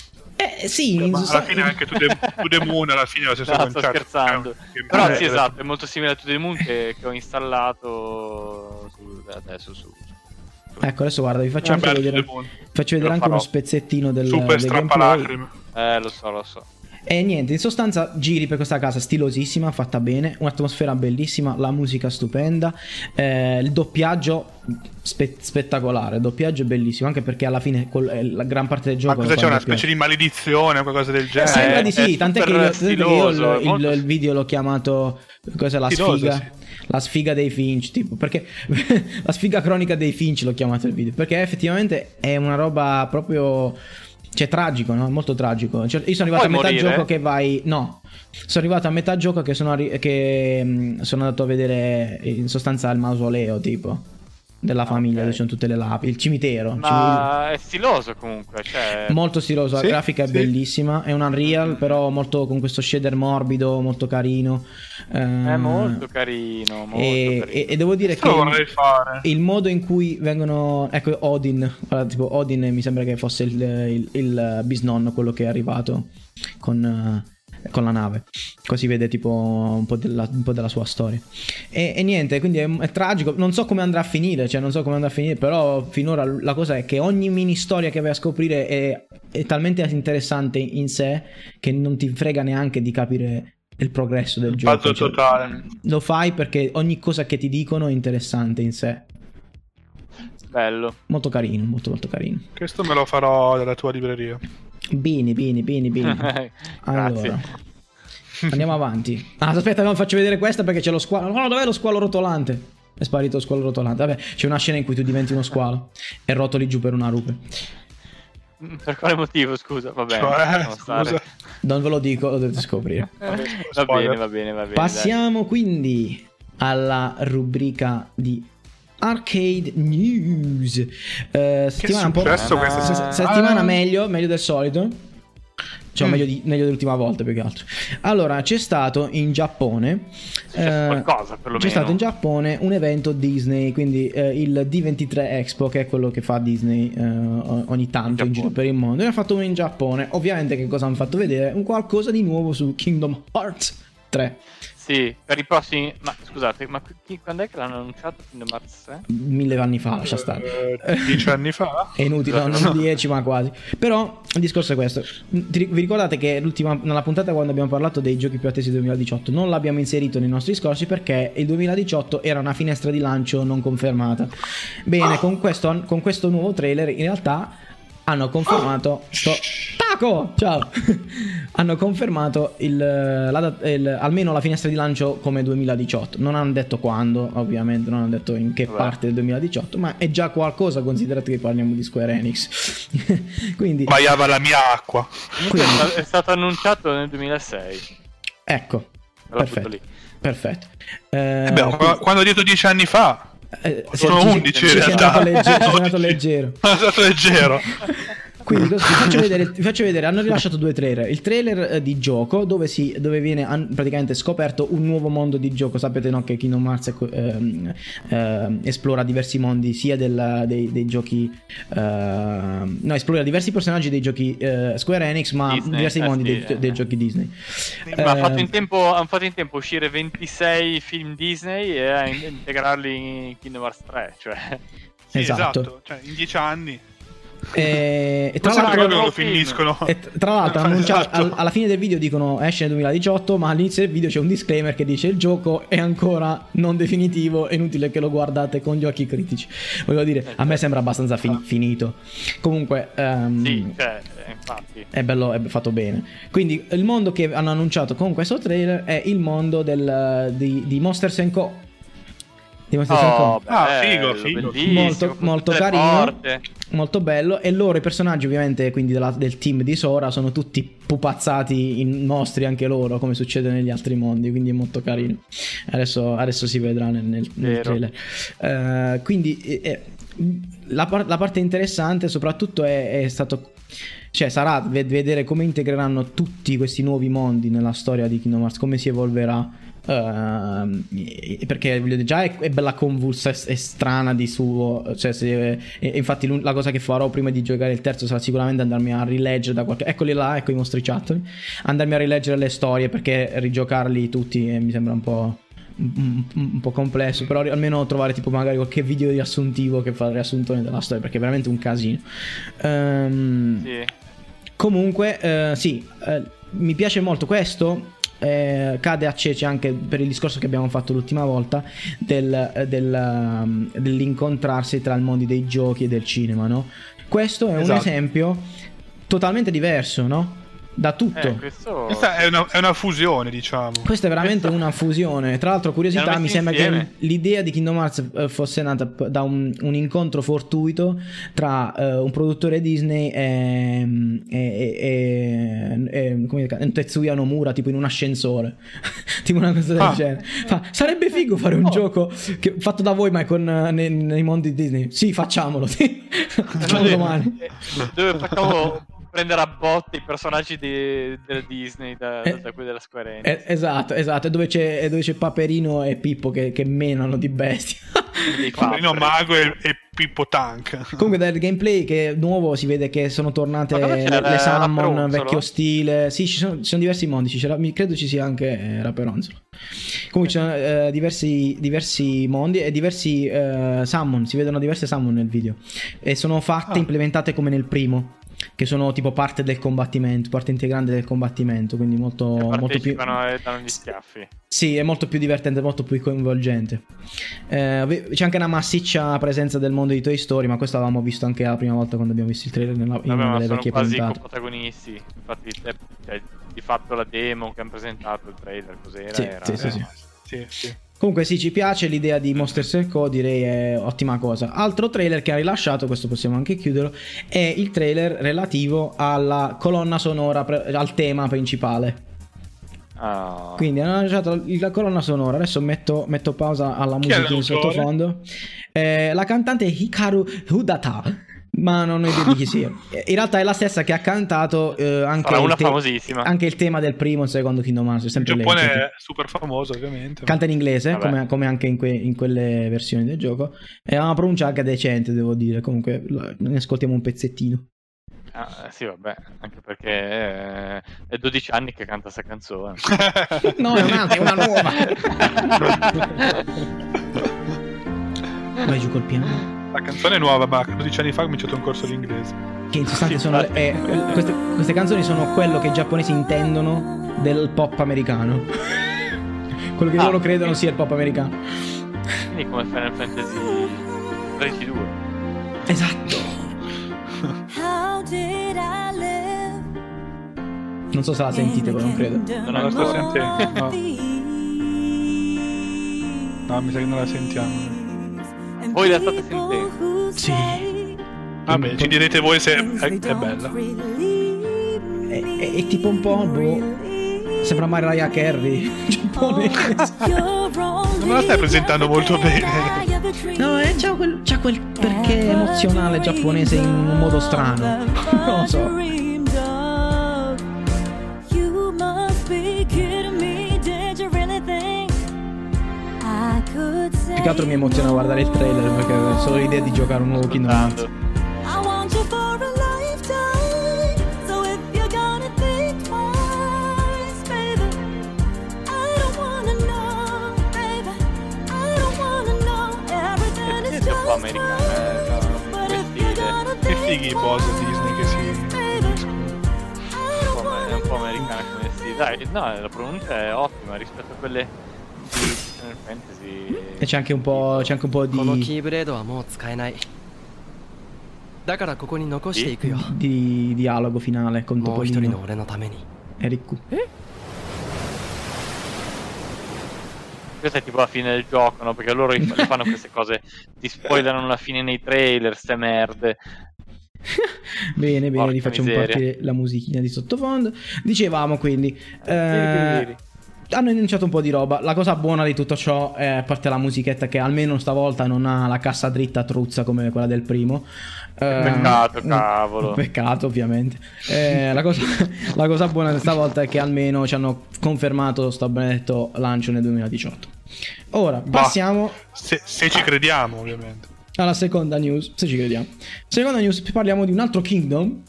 Eh sì, in Ma alla sostanza- fine anche To The, To The Moon alla fine è lo stesso No, sto concetto. scherzando. È un- Però è- sì, esatto, è molto simile a To The Moon che, che ho installato su, adesso su, su- Ecco, adesso guarda, vi faccio È anche bello vedere, To The Moon. faccio vedere Lo anche uno farò. spezzettino del, Super del gameplay. strappalacrime. Eh, lo so, lo so. E niente, in sostanza giri per questa casa stilosissima, fatta bene, un'atmosfera bellissima, la musica stupenda, eh, il doppiaggio spe- spettacolare, il doppiaggio è bellissimo, anche perché alla fine col- eh, la gran parte del Ma gioco... cosa lo c'è? fa il Una doppiaggio. specie di maledizione o qualcosa del Eh, genere? sembra Eh, di è sì, tant'è che io, super tant'è che io stiloso, il, molto- il video l'ho chiamato cos'è, la Stiloso, sfiga, sì. la sfiga dei Finch, tipo, perché la sfiga cronica dei Finch l'ho chiamato il video, perché effettivamente è una roba proprio, cioè tragico, no? Molto tragico. Cioè, io sono arrivato a Puoi metà morire? gioco che vai, no, sono arrivato a metà gioco che sono, arri- che, mh, sono andato a vedere in sostanza il mausoleo tipo della famiglia, ok. dove ci sono tutte le lapidi, il cimitero, il Ma è stiloso comunque, cioè... molto stiloso, la Sì, grafica è sì. bellissima, è un Unreal però molto con questo shader morbido, molto carino. È Eh, molto carino, molto e, carino. e- e devo dire Questo che lo vorrei fare. il modo in cui vengono, ecco Odin, guarda, tipo Odin mi sembra che fosse il, il- il bisnonno, quello che è arrivato con, eh, con la nave, così vede tipo un po' della, un po' della sua storia e, e niente, quindi è, è tragico, non so come andrà a finire, cioè non so come andrà a finire, però finora la cosa è che ogni mini storia che vai a scoprire è, è talmente interessante in sé che non ti frega neanche di capire il progresso del gioco, Puzzle cioè, totale. lo fai perché ogni cosa che ti dicono è interessante in sé. Bello. Molto carino, molto molto carino. Questo me lo farò dalla tua libreria. Bene, bene, bene, bene. Allora, Grazie. andiamo avanti. Ah, aspetta, non faccio vedere questa perché c'è lo squalo. No, dov'è lo squalo rotolante? È sparito lo squalo rotolante. Vabbè, c'è una scena in cui tu diventi uno squalo e rotoli giù per una rupe. Per quale motivo, scusa? Va bene. Cioè, lasciamo stare. scusa. Non ve lo dico, lo dovete scoprire. Va Spoiler. bene, va bene, va bene. Passiamo quindi alla rubrica di Arcade News. Eh, settimana un po'. successo Ah. questa se- settimana? settimana meglio, meglio del solito. Cioè, Mm. meglio, di, meglio dell'ultima volta più che altro. Allora, c'è stato in Giappone. C'è eh, qualcosa, perlomeno. C'è stato in Giappone un evento Disney, quindi eh, il D ventitré Expo, che è quello che fa Disney eh, ogni tanto in, In giro Giappone. per il mondo. Ne ha fatto uno in Giappone. Ovviamente, che cosa hanno fatto vedere? Un qualcosa di nuovo su Kingdom Hearts tre. Sì, per i prossimi... Ma scusate, ma chi, quando è che l'hanno annunciato? Kingdom Hearts tre? Mille anni fa, lascia stare. Eh, dieci anni fa? È inutile, no, non dieci ma quasi. Però il discorso è questo. Ti- Vi ricordate che l'ultima, nella puntata quando abbiamo parlato dei giochi più attesi del duemiladiciotto non l'abbiamo inserito nei nostri discorsi perché il duemiladiciotto era una finestra di lancio non confermata. Bene, con questo, con questo nuovo trailer in realtà hanno confermato... Sto... Taco! Ciao! Hanno confermato il, la dat- il- almeno la finestra di lancio come duemiladiciotto. Non hanno detto quando, ovviamente, non hanno detto in che Vabbè. parte del duemiladiciotto, ma è già qualcosa considerato che parliamo di Square Enix. Quindi, Baiava la mia acqua. Comunque è sta- è stato annunciato nel duemilasei. ecco, Me la butto perfetto. lì. Perfetto. Eh, Eh beh, quindi- qua- quando ho detto dieci anni fa, eh, sono ci- undici in ci sei realtà. andato leggero, ci sei andato undici. leggero. Sono stato leggero. Quindi cos- vi faccio, vedere, vi faccio vedere, hanno rilasciato due trailer. Il trailer eh, di gioco dove, si, dove viene an- praticamente scoperto un nuovo mondo di gioco. Sapete, no, che Kingdom Hearts ecco, ehm, ehm, esplora diversi mondi sia del- dei, dei giochi ehm, no, esplora diversi personaggi dei giochi eh, Square Enix, ma Disney, diversi eh, mondi sì, dei, eh. dei giochi Disney. Ma ha Eh, fatto in tempo, hanno fatto in tempo uscire ventisei film Disney e a in- integrarli in Kingdom Hearts tre, cioè... Sì, Esatto. esatto. Cioè, in dieci anni. e, e tra Non so l'altro perché non lo film. finiscono. E t- tra l'altro hanno annunciato- Esatto. al- alla fine del video dicono esce nel duemiladiciotto, ma all'inizio del video c'è un disclaimer che dice il gioco è ancora non definitivo, è inutile che lo guardate con gli occhi critici. Voglio dire, a me sembra abbastanza fin- finito. Comunque ehm, Sì, cioè, eh, infatti... è bello, è fatto bene. Quindi il mondo che hanno annunciato con questo trailer è il mondo del, di, di Monsters and Co. Di Monsters and Co. Oh, Ah, bello, figo, figo. bellissimo, Molto- con molto tutte le carino. porte. Molto bello. E loro i personaggi ovviamente quindi della- del team di Sora sono tutti pupazzati in mostri anche loro, come succede negli altri mondi, quindi è molto carino. Adesso, adesso si vedrà nel, nel- nel Vero. trailer. Eh, quindi eh, eh, la, par- la parte interessante soprattutto è, è stato, cioè sarà ved- vedere come integreranno tutti questi nuovi mondi nella storia di Kingdom Hearts, come si evolverà. Ehm, perché voglio dire, già è, è bella convulsa e, e strana di suo, cioè se, e, e infatti l'un- la cosa che farò prima di giocare il terzo sarà sicuramente andarmi a rileggere da qualche, eccoli là, ecco i mostriciattoli, andarmi a rileggere le storie perché rigiocarli tutti eh, mi sembra un po' un, un- un po' complesso, però almeno trovare tipo magari qualche video riassuntivo che fa il riassuntone della storia perché è veramente un casino. Ehm, Sì. Comunque, eh, sì, eh, mi piace molto questo. Eh, cade a cece anche per il discorso che abbiamo fatto l'ultima volta del, eh, del, um, dell'incontrarsi tra il mondo dei giochi e del cinema, no? Questo è un Esatto. esempio totalmente diverso, no? Da tutto. Eh, questo... Questa è una, è una fusione, diciamo. Questa è veramente una fusione. Tra l'altro, curiosità, Li hanno mi messi sembra insieme. che l'idea di Kingdom Hearts eh, fosse nata p- da un, un incontro fortuito tra eh, un produttore Disney e, e, e, e- come si chiama? Un Tetsuya Nomura, tipo in un ascensore, tipo una cosa del Ah. genere. Fa, sarebbe figo fare un Oh. gioco che- fatto da voi, ma con, eh, nei, nei mondi Disney. Sì, facciamolo. Sì. Facciamo Dove- domani. eh, dove facciamo prendere a botte i personaggi di, della Disney da, Eh, da quelli della Square Enix. Eh, esatto, esatto. E dove c'è, e dove c'è Paperino e Pippo che, che menano di bestia. Dei Paperino Fabri. Mago e, e Pippo Tank. Comunque dal gameplay che è nuovo si vede che sono tornate Ma cosa le, c'era, le Summon, Rapperonzolo? vecchio stile. Sì, ci sono, ci sono diversi mondi. Ci c'era- mi- credo ci sia anche eh, Rapperonzolo. Comunque ci sono eh, diversi, diversi mondi e diversi eh, summon. Si vedono diverse summon nel video. E sono fatte, Ah. implementate come nel primo. che sono tipo parte del combattimento, parte integrante del combattimento, quindi molto, molto più... e danno gli schiaffi. Sì, è molto più divertente, molto più coinvolgente. Eh, c'è anche una massiccia presenza del mondo di Toy Story, ma questo l'avevamo visto anche la prima volta quando abbiamo visto il trailer nella, in Vabbè, una ma delle sono vecchie quasi puntate. protagonisti. Infatti, cioè, di fatto la demo che hanno presentato, il trailer, cos'era? Sì, era... sì, sì, sì. Sì, sì. Comunque sì, ci piace l'idea di Monsters and Co, direi è ottima cosa. Altro trailer che ha rilasciato, questo possiamo anche chiuderlo, è il trailer relativo alla colonna sonora, pre- al tema principale. Oh. Quindi hanno lanciato la colonna sonora. Adesso metto, metto pausa alla Chi è musica in l'autore? sottofondo. Eh, la cantante è Hikaru Hudata, ma non ho idea di chi sia. In realtà è la stessa che ha cantato eh, anche, Sarà una il te- famosissima. anche il tema del primo e il secondo Kingdom Hearts. È Il sempre lei. Giappone Senti. è super famoso, ovviamente. Canta in inglese, Vabbè. come, come anche in, que- in quelle versioni del gioco. E ha una pronuncia anche decente, devo dire. Comunque la- ne ascoltiamo un pezzettino. Ah, sì, vabbè, anche perché eh, è dodici anni che canta sta canzone. No, è un'altra, è una nuova. Vai giù col piano. La canzone è nuova, ma dodici anni fa ho cominciato un corso di inglese. Che in sostanza sono eh, queste, queste canzoni sono quello che i giapponesi intendono del pop americano. Quello che Ah, loro credono sì. sia il pop americano. Quindi come Final Fantasy tredici due. Esatto. How did I live? Non so se la sentite, però non credo. Non la sto sentendo, no. No, mi sa che non la sentiamo. Voi la state sentendo? Sì. Vabbè, ci direte voi se è, è bella. È, è- è tipo un po', boh, sembra Mariah Carey giapponese. Non me la stai presentando molto bene. No, eh, c'ha quel, c'ha quel perché emozionale giapponese in un modo strano. Non lo so. Più che altro mi emoziona guardare il trailer perché ho solo l'idea di giocare un nuovo Kingdom Hearts. I want you for a lifetime. So if you're gonna think twice, baby, I don't wanna know, baby. I don't wanna know. Everything is È un po' just americana, eh, no, fine. But come if you're stile. gonna Che think fighi i boss Disney che si uniscono. È un po', è un po' americana come stile. Dai, no, la pronuncia è ottima rispetto a quelle di Final Fantasy. E c'è anche un po', c'è anche un po' この di, キーブレードはもう使えないだからここに残していくよ di dialogo finale con もう一人の Topolino 俺のために e Riku. Questa è tipo la fine del gioco, no? Perché loro if- fanno queste cose, ti spoilerano la fine nei trailer, ste merde. Bene, bene, Porca rifacciamo miseria. partire la musichina di sottofondo. Dicevamo quindi, eh, Viri, viri. hanno annunciato un po' di roba. La cosa buona di tutto ciò è, a parte la musichetta, che almeno stavolta non ha la cassa dritta truzza come quella del primo. Eh, Peccato, mm, cavolo. Peccato, ovviamente. Eh, la, cosa, la cosa buona di stavolta è che almeno ci hanno confermato sto benedetto lancio nel duemiladiciotto. Ora, Bah. passiamo Se, se ci crediamo, ovviamente. alla seconda news, se ci crediamo. Seconda news, parliamo di un altro Kingdom.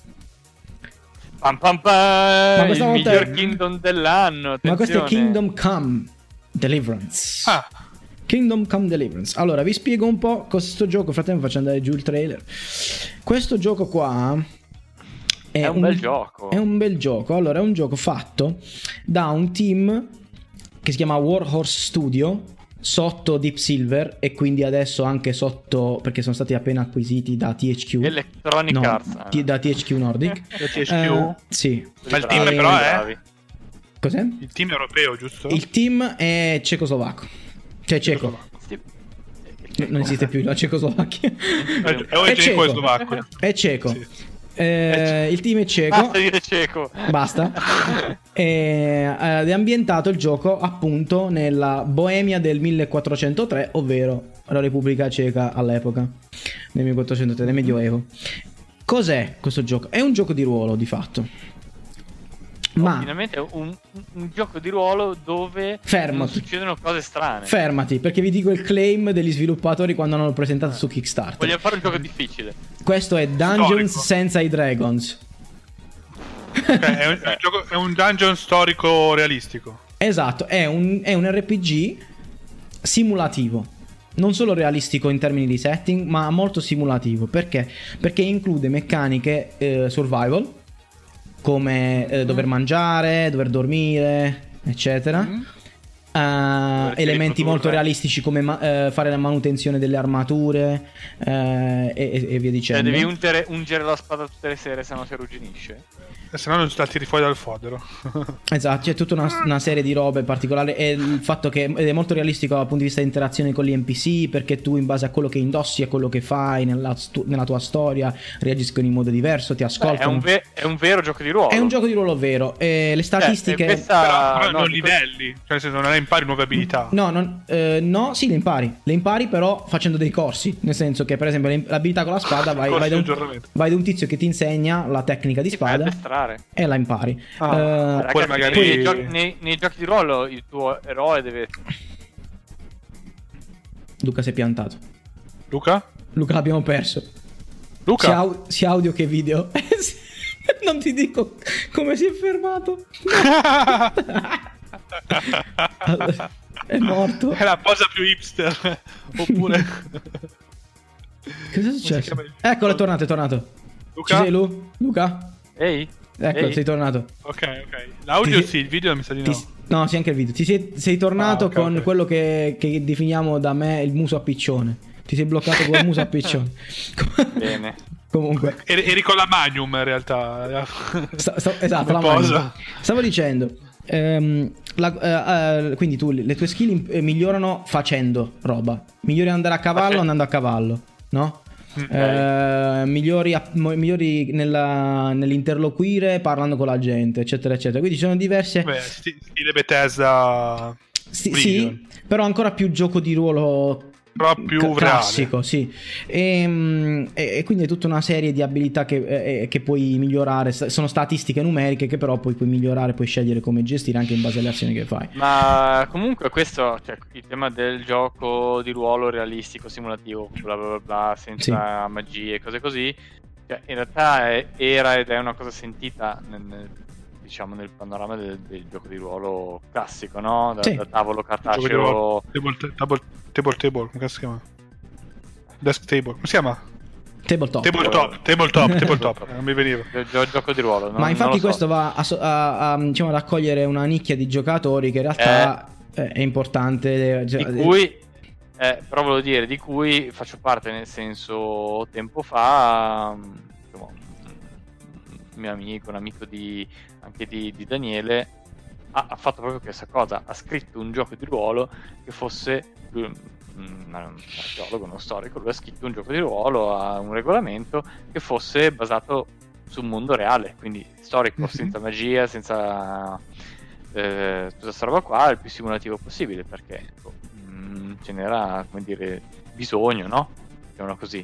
Pam pam pam, questa il volta miglior è- Kingdom dell'anno. Ma questo è attenzione. Kingdom Come Deliverance. Ah, Kingdom Come Deliverance. Allora, vi spiego un po' questo gioco. Nel frattempo faccio andare giù il trailer. Questo gioco qua È un bel gioco. È un bel gioco. Allora, è un gioco fatto da un team che si chiama Warhorse Studio, sotto Deep Silver, e quindi adesso anche sotto, perché sono stati appena acquisiti da T H Q. Electronic No, Arts. T- da T H Q Nordic. da T H Q. Eh, sì. Ma il team Bravi, però è- bravi. Cos'è? Il team europeo, giusto? Il team è cecoslovacco. Cioè ceco. Sì. Non esiste più la Cecoslovacchia. È, è origine poi slovacco. È ceco. Sì. Eh, il team è ceco. Basta dire cieco. Basta. E, eh, ed è ambientato il gioco appunto nella Boemia del millequattrocentotre, ovvero la Repubblica Ceca all'epoca, nel millequattrocentotre, nel Medioevo. Cos'è questo gioco? È un gioco di ruolo di fatto. Ma Finalmente è un, un- un gioco di ruolo dove Fermati. non succedono cose strane. fermati, perché vi dico il claim degli sviluppatori quando hanno presentato su Kickstarter. Voglio fare un gioco difficile. Questo è Dungeons Storico. senza i Dragons. Ok, è, un, è un gioco- è un dungeon storico realistico. Esatto, è un, è un R P G simulativo. non solo realistico in termini di setting, ma molto simulativo. Perché? Perché include meccaniche eh, survival, come eh, dover mangiare, dover dormire, eccetera. Mm. Uh, Doversi elementi riprodurre. molto realistici come ma- eh, fare la manutenzione delle armature eh, e, e via Cioè, dicendo. devi ungere, ungere la spada tutte le sere, se no si arrugginisce. E se no non la tiri fuori dal fodero. Esatto, c'è tutta una, una serie di robe particolari e il fatto che ed è molto realistico dal punto di vista di interazione con gli N P C, perché tu in base a quello che indossi e a quello che fai nella, stu- nella tua storia reagiscono in modo diverso, ti Beh, è, ascoltano. un ve- è un vero gioco di ruolo. È un gioco di ruolo vero e le statistiche... Cioè, questa- però però no, non dico- livelli, cioè nel senso non impari nuove abilità. No, non- eh, no, sì, le impari. Le impari però facendo dei corsi. Nel senso che, per esempio, le- l'abilità con la spada vai, Corsi vai, da di un, aggiornamento. vai da un tizio che ti insegna la tecnica di Ti fai spada addestrare. e la impari. Ah, Eh, Ragazzi, poi magari- nei, giochi, nei- nei giochi di ruolo il tuo eroe deve... Luca si è piantato. Luca? Luca l'abbiamo perso. Sia, Luca? au- sia audio che video. Non ti dico come si è fermato. È morto. È la cosa più hipster. Oppure Cosa è si successo? chiama il- Eccolo, è tornato, è tornato. Luca? Ci sei, Lu? Luca? Ehi? Ecco, Ehi? sei tornato. Ok, ok. L'audio Ti- sì, il video mi sa di Ti- no. no, sì, anche il video. Ti sei, sei tornato Ah, ok, con ok. quello che, che definiamo da me il muso a piccione. Ti sei bloccato con il muso a piccione. Bene. Comunque, Eri, eri con la Magnum in realtà. sta- sta- esatto, la Come mano. posa. Stavo dicendo. ehm, la- eh, eh, quindi tu le tue skill im- eh, migliorano facendo roba. Migliori andare a cavallo Ok. andando a cavallo, no? Eh, migliori, a- mo- migliori nella- nell'interloquire parlando con la gente, eccetera, eccetera. Quindi ci sono diverse. Beh, sti- stile Bethesda. Sì, Vision. sì, però ancora più gioco di ruolo Però più ca- reale. classico, sì. E, mm, e- e quindi è tutta una serie di abilità che, eh, che puoi migliorare. S- Sono statistiche numeriche che però poi puoi migliorare, puoi scegliere come gestire anche in base alle azioni che fai. Ma comunque questo, cioè, il tema del gioco di ruolo realistico, simulativo, bla bla bla, bla senza magie e cose così, cioè, in realtà è- era ed è una cosa sentita nel, nel- diciamo nel panorama del, del gioco di ruolo classico, no? Da, Sì. da tavolo Gioco di cartaceo. ruolo- Table, table, table table, come si chiama? Desk table, come si chiama? Tabletop. Tabletop, tabletop, tabletop, non mi veniva. Gio- gio- gioco di ruolo, no? Ma Non infatti lo so. questo va a, so- a- a, diciamo, raccogliere una nicchia di giocatori che in realtà eh, è importante. Di cui, eh, però volevo dire, di cui faccio parte, nel senso, tempo fa, mm, insomma, un mio amico, un amico di, anche di, di Daniele, ha, ha fatto proprio questa cosa, ha scritto un gioco di ruolo che fosse, lui, mm, un archeologo, uno storico, lui ha scritto un gioco di ruolo, ha un regolamento che fosse basato sul mondo reale, quindi storico, Mhm. senza magia, senza eh, tutta questa roba qua, il più simulativo possibile, perché boh, mh, ce n'era, come dire, bisogno, no? Diciamo così.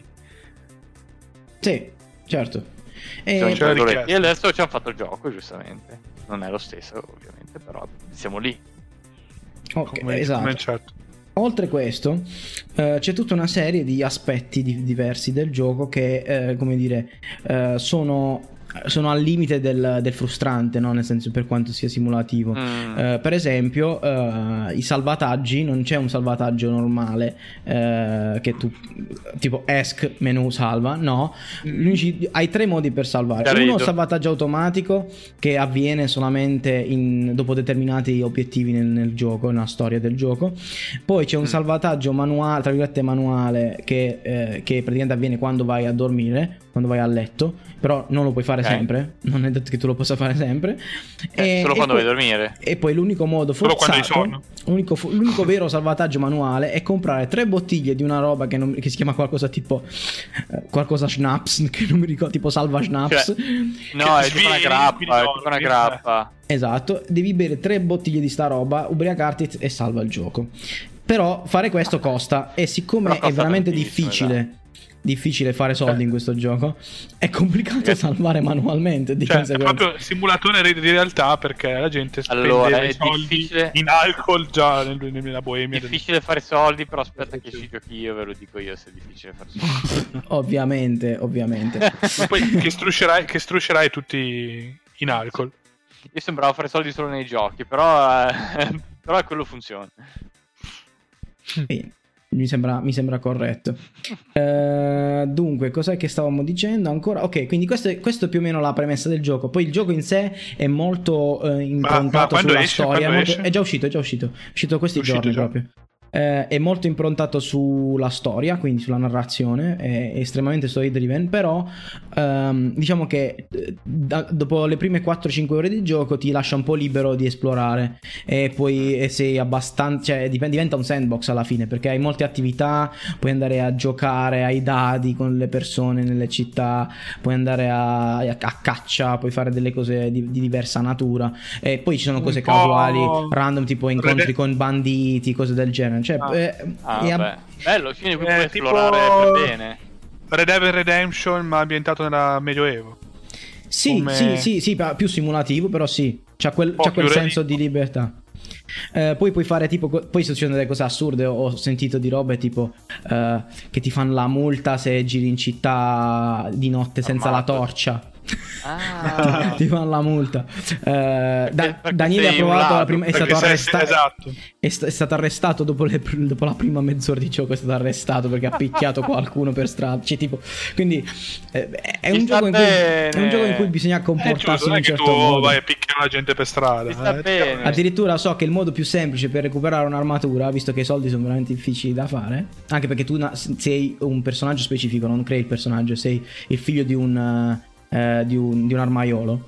Sì, certo. E- Siamo in c'era virgolette. richiesta. E adesso ci hanno fatto il gioco, giustamente. Non è lo stesso, ovviamente, però siamo lì. ok, Come, esatto. come certo. Oltre questo, eh, c'è tutta una serie di aspetti di- diversi del gioco che, eh, come dire, eh, sono, sono al limite del, del frustrante, no? Nel senso, per quanto sia simulativo. Mm. Eh, per esempio, eh, i salvataggi, non c'è un salvataggio normale eh, che tu tipo esc menu salva, no. Gli unici- hai tre modi per salvare. Capito. Uno, salvataggio automatico che avviene solamente in- dopo determinati obiettivi nel, nel gioco, nella storia del gioco. Poi c'è un Mm. salvataggio manuale, tra virgolette manuale, che, eh, che praticamente avviene quando vai a dormire, quando vai a letto, però non lo puoi fare Ok. sempre, non è detto che tu lo possa fare sempre. Eh, E- solo e quando poi- vuoi dormire. E poi l'unico modo Solo quando hai forzato, sonno. l'unico, fu- l'unico vero salvataggio manuale è comprare tre bottiglie di una roba che, non- che si chiama qualcosa tipo eh, qualcosa schnapps, che non mi ricordo, tipo salva schnapps. Cioè, No, Che è tipo una svegli, grappa, quindi è no, tipo una non grappa. Esatto, devi bere tre bottiglie di sta roba, ubriacarti e salva il gioco. Però fare questo costa e siccome Però costa è veramente tantissimo, difficile difficile fare soldi in questo gioco, è complicato Eh. salvare manualmente di Cioè, è conseguenza. proprio simulatore re- di realtà perché la gente spende Allora, i è soldi difficile- in alcol già nel- nella boemia. del- Difficile fare soldi, però aspetta che ci giochi io, ve lo dico io se è difficile fare soldi. Ovviamente, ovviamente. Ma poi che struscerai, che struscerai tutti in alcol. Io sembrava fare soldi solo nei giochi, però, eh, però quello funziona. Bene. mi sembra, mi sembra corretto. Eh, dunque, cos'è che stavamo dicendo ancora? Ok, quindi questo è, questo è più o meno la premessa del gioco. Poi il gioco in sé è molto eh, improntato ma quando sulla esce? storia. Quando molto- esce? È già uscito, è già uscito. È uscito questi È uscito giorni già. proprio. Eh, è molto improntato sulla storia, quindi sulla narrazione, è estremamente story driven, però ehm, diciamo che eh, da- dopo le prime quattro cinque ore di gioco ti lascia un po' libero di esplorare e poi e sei abbastanza, cioè dip- diventa un sandbox alla fine, perché hai molte attività, puoi andare a giocare ai dadi con le persone nelle città, puoi andare a, a- a caccia, puoi fare delle cose di, di diversa natura, e poi ci sono cose Un po' casuali random, tipo incontri Red- con banditi, cose del genere. Cioè, Ah. eh, Ah, è ab- vabbè. Bello, quindi qui Eh, puoi tipo- esplorare per bene. Red Dead Redemption, ma ambientato nella Medioevo. sì, come- sì, sì, sì, pa- più simulativo, però sì, c'ha quel, po' c'ha quel più senso realistico. di libertà. Eh, poi puoi fare tipo, co- poi succedono delle cose assurde. Ho sentito di robe tipo eh, che ti fanno la multa se giri in città di notte senza Armato. la torcia. Ah. Ti fanno la multa. Eh, Da- perché Daniele ha sei un provato la ladro, prima, è Perché stato sei- arrestato. Esatto. È, sta- è stato arrestato dopo, le- dopo la prima mezz'ora di gioco. È stato arrestato perché ha picchiato qualcuno per strada. Cioè, tipo, quindi eh, è, un Ci sta gioco in cui, bene. è un gioco in cui bisogna È comportarsi giusto, in non un è che certo tu modo. vai a picchiare la gente per strada. Ci sta eh. bene. Addirittura so che il modo più semplice per recuperare un'armatura, visto che i soldi sono veramente difficili da fare, anche perché tu na- sei un personaggio specifico, non crei il personaggio, sei il figlio di un, eh, di un, di un armaiolo.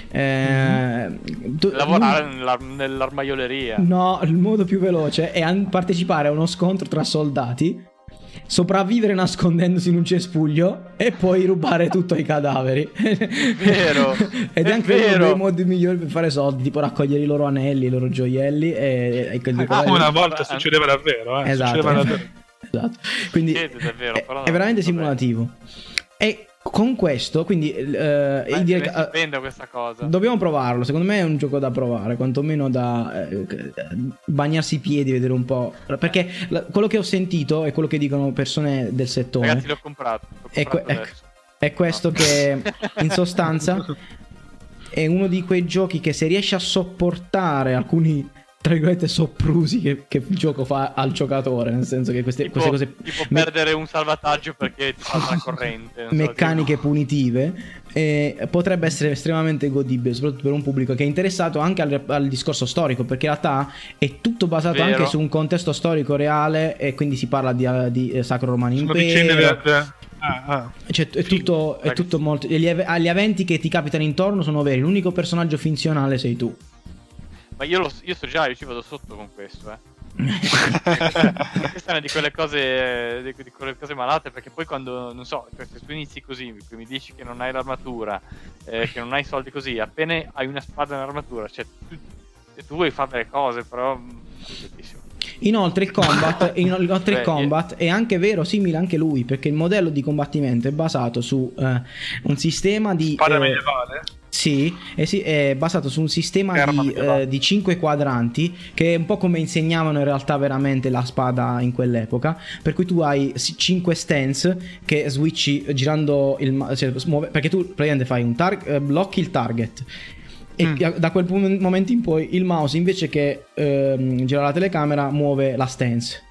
Eh, tu- Lavorare nella- nell'armaioleria. No, il modo più veloce è an- partecipare a uno scontro tra soldati, sopravvivere nascondendosi in un cespuglio e poi rubare tutto ai cadaveri. vero, Ed è, è anche uno vero. dei modi migliori per fare soldi, tipo raccogliere i loro anelli, i loro gioielli e, e quei Ah, cavalli- Come una volta succedeva davvero, eh. Esatto. Succedeva davvero. Esatto. Quindi Siete davvero, è, però è veramente vabbè. simulativo. E con questo, quindi eh, Ma io direi che, è stupenda questa cosa. dobbiamo provarlo. Secondo me è un gioco da provare, quantomeno da eh, bagnarsi i piedi, vedere un po'. Perché la- quello che ho sentito e quello che dicono persone del settore Ragazzi, l'ho comprato. L'ho è, que- comprato è- adesso. è questo che in sostanza è uno di quei giochi che se riesci a sopportare alcuni, tra virgolette, soprusi che, che il gioco fa al giocatore, nel senso che queste, Tipo, queste cose tipo me- perdere un salvataggio perché ti salta la corrente. non so, meccaniche punitive, eh, potrebbe essere estremamente godibile, soprattutto per un pubblico che è interessato anche al, al discorso storico, perché in realtà è tutto basato Vero. anche su un contesto storico reale, e quindi si parla di, di eh, Sacro Romano Sono vicende Impero. del- ah, ah. Cioè, è tutto, è Ragazzi. tutto molto. Gli, ev- gli eventi che ti capitano intorno sono veri. L'unico personaggio finzionale sei tu. Ma io, lo, io so già, io ci vado sotto con questo, eh. Questa è una di quelle cose di, di quelle cose malate, perché poi quando, non so, cioè, se tu inizi così, poi mi dici che non hai l'armatura, eh, che non hai soldi così, appena hai una spada e un'armatura, cioè tu, e tu vuoi fare delle cose, però mm, è bellissimo. Inoltre il combat, inoltre il Beh, combat è anche vero, simile anche lui, perché il modello di combattimento è basato su eh, un sistema di Spada eh, medievale? Sì, eh sì, è basato su un sistema Arma di, medievale. eh, di cinque quadranti, che è un po' come insegnavano in realtà veramente la spada in quell'epoca, per cui tu hai cinque stance che switchi girando il ma- cioè, smuove- perché tu praticamente fai un tar- eh, blocchi il target e Mm. da quel pu- momento in poi il mouse, invece che ehm, girare la telecamera, muove la stance.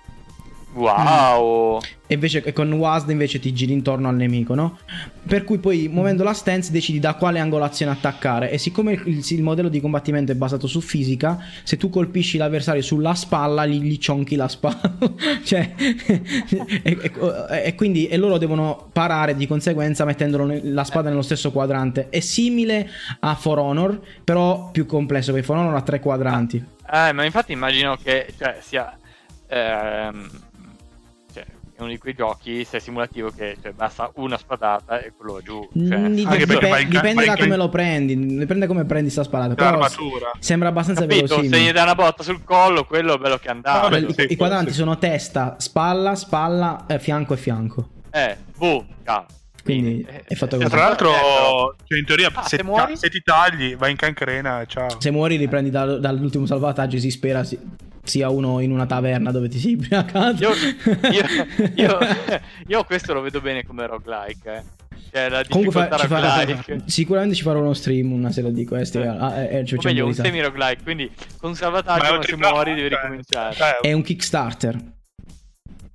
Wow! E invece che con W A S D invece ti giri intorno al nemico, no? Per cui poi muovendo la stance decidi da quale angolazione attaccare. E siccome il, il modello di combattimento è basato su fisica, se tu colpisci l'avversario sulla spalla, gli, gli cionchi la spalla. Cioè, e, e- e quindi e loro devono parare di conseguenza mettendolo ne- la spada nello stesso quadrante. È simile a For Honor, però più complesso, perché For Honor ha tre quadranti. Eh, ma infatti immagino che, cioè, sia ehm, cioè, è uno di quei giochi, se è simulativo, che cioè, basta una spadata e quello va giù. Cioè, Mm, dip- anche perché dip- vai in ca- dipende vai da in- come lo prendi, dipende da come prendi sta sparata. Però L'armatura. sembra abbastanza capito, se verosimile. gli dai una botta sul collo, quello è bello che andava. Vabbè, I, sì, i quello quadranti sì. sono testa, spalla, spalla, eh, fianco e fianco. Eh, boom, cavolo. Quindi eh, è fatto eh, E così. tra l'altro, eh, però- cioè, in teoria, Ah, se, se muori? se ti tagli, vai in cancrena e ciao. Se muori riprendi da- dall'ultimo salvataggio, si spera si- sia uno in una taverna dove ti si ubriacato. Io, io, io, io questo lo vedo bene come roguelike, eh. Cioè, la Comunque fa- difficoltà ci farò- roguelike. sicuramente ci farò uno stream una sera di questi. Eh. ah, eh, eh, ci O facciamo meglio, un risate. semi roguelike, quindi con un Ma salvataggio, è un ma se tripla- muori devi cioè, ricominciare. cioè, È un Kickstarter.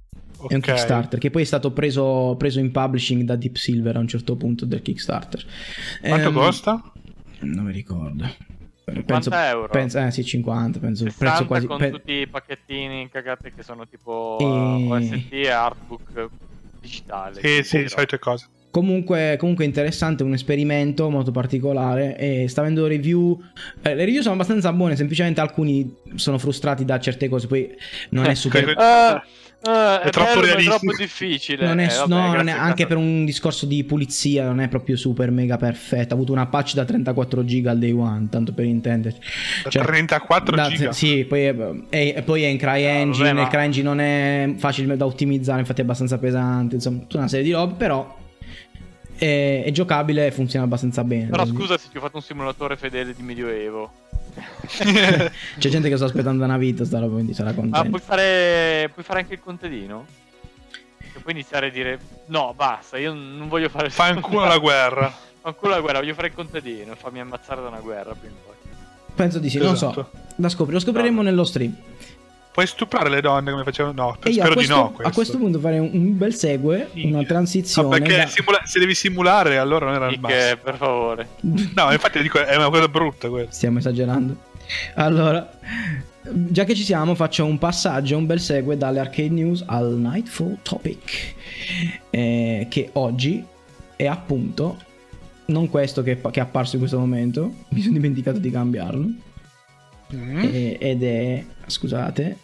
Ok. È un Kickstarter che poi è stato preso, preso in publishing da Deep Silver a un certo punto del Kickstarter. Quanto Ehm, costa? Non mi ricordo. cinquanta euro. Penso, eh sì, cinquanta, penso. Il sessanta prezzo quasi. con pe- tutti i pacchettini cagate che sono tipo E- uh, O S T e artbook digitale. Sì, sì, Però. solite cose. Comunque, comunque interessante, un esperimento molto particolare e sta avendo review, eh, le review sono abbastanza buone, semplicemente alcuni sono frustrati da certe cose, poi non è super... Ah, ah, È è, troppo bello, ma è realistico. troppo difficile. Non è, Eh, vabbè, no, non grazie è- a anche cazzo. per un discorso di pulizia non è proprio super mega perfetto. Ha avuto una patch da trentaquattro giga al day one, tanto per intenderci. Da Cioè, trentaquattro da- giga. Sì, poi è, è- e poi è in CryEngine. vabbè, ma- Il CryEngine non è facile da ottimizzare, infatti è abbastanza pesante. Insomma, tutta una serie di robe, però è, è giocabile e funziona abbastanza bene. Però Quindi- scusa se ti ho fatto un simulatore fedele di Medioevo. C'è gente che sta aspettando da una vita sta roba, quindi sarà Ah, contenta. puoi fare, puoi fare anche il contadino? E poi iniziare a dire no, basta, io non voglio fare il Fa in culo la guerra. Fanculo la guerra, voglio fare il contadino e farmi ammazzare da una guerra prima o poi. Penso di sì, non so. Esatto. Da scopri- lo scopriremo nello stream. Puoi stuprare le donne come facevano? No, E io spero a questo, di no. a questo punto farei un, un bel segue, una No, transizione. perché da- simula- se devi simulare, allora non era il Che, basso. per favore. No, infatti dico, è una cosa brutta questa. Stiamo esagerando. Allora, già che ci siamo, faccio un passaggio, un bel segue dalle arcade news al Nightfall Topic. Eh, che oggi è appunto non questo che, che è apparso in questo momento. Mi sono dimenticato di cambiarlo. Mm. Eh, ed è, scusate,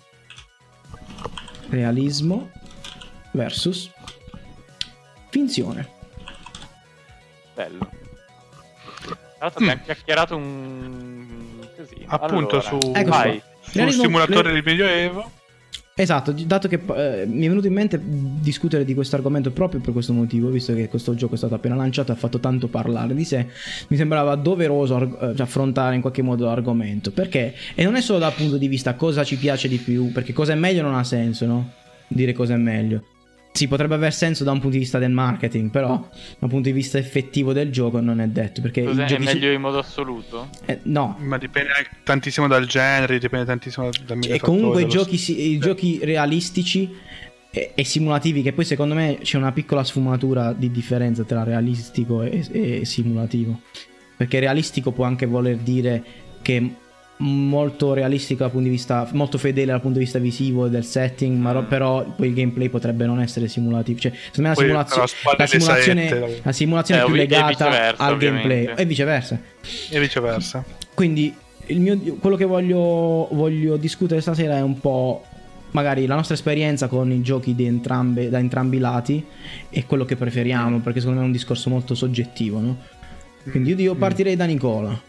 realismo versus finzione. Bello. Tra l'altro Mm. abbiamo chiacchierato un casino. Appunto, Allora, su, Ecco vai. sul Realismo- simulatore le- del Medioevo. Esatto, dato che eh, mi è venuto in mente discutere di questo argomento proprio per questo motivo, visto che questo gioco è stato appena lanciato e ha fatto tanto parlare di sé, mi sembrava doveroso arg- eh, affrontare in qualche modo l'argomento. Perché? E non è solo dal punto di vista cosa ci piace di più, perché cosa è meglio non ha senso, no? Dire cosa è meglio. Sì, potrebbe aver senso da un punto di vista del marketing, però da un punto di vista effettivo del gioco non è detto. Perché Cos'è, i è giochi su- meglio in modo assoluto? eh, no, Ma dipende anche tantissimo dal genere, dipende tantissimo dal mille e comunque i fattori, dallo giochi, si- i giochi realistici e, e simulativi, che poi secondo me c'è una piccola sfumatura di differenza tra realistico e, e simulativo, perché realistico può anche voler dire che è molto realistico dal punto di vista, molto fedele dal punto di vista visivo e del setting, ma ro- però poi il gameplay potrebbe non essere simulativo. Cioè secondo me la Poi simulazio- però spalle la le simulazione, saette, la simulazione Eh, è più e legata viceversa, al ovviamente. gameplay e viceversa. e viceversa. Quindi il mio, quello che voglio, voglio discutere stasera è un po' magari la nostra esperienza con i giochi di entrambe, da entrambi i lati e quello che preferiamo, perché secondo me è un discorso molto soggettivo, no? Quindi io partirei da Nicola.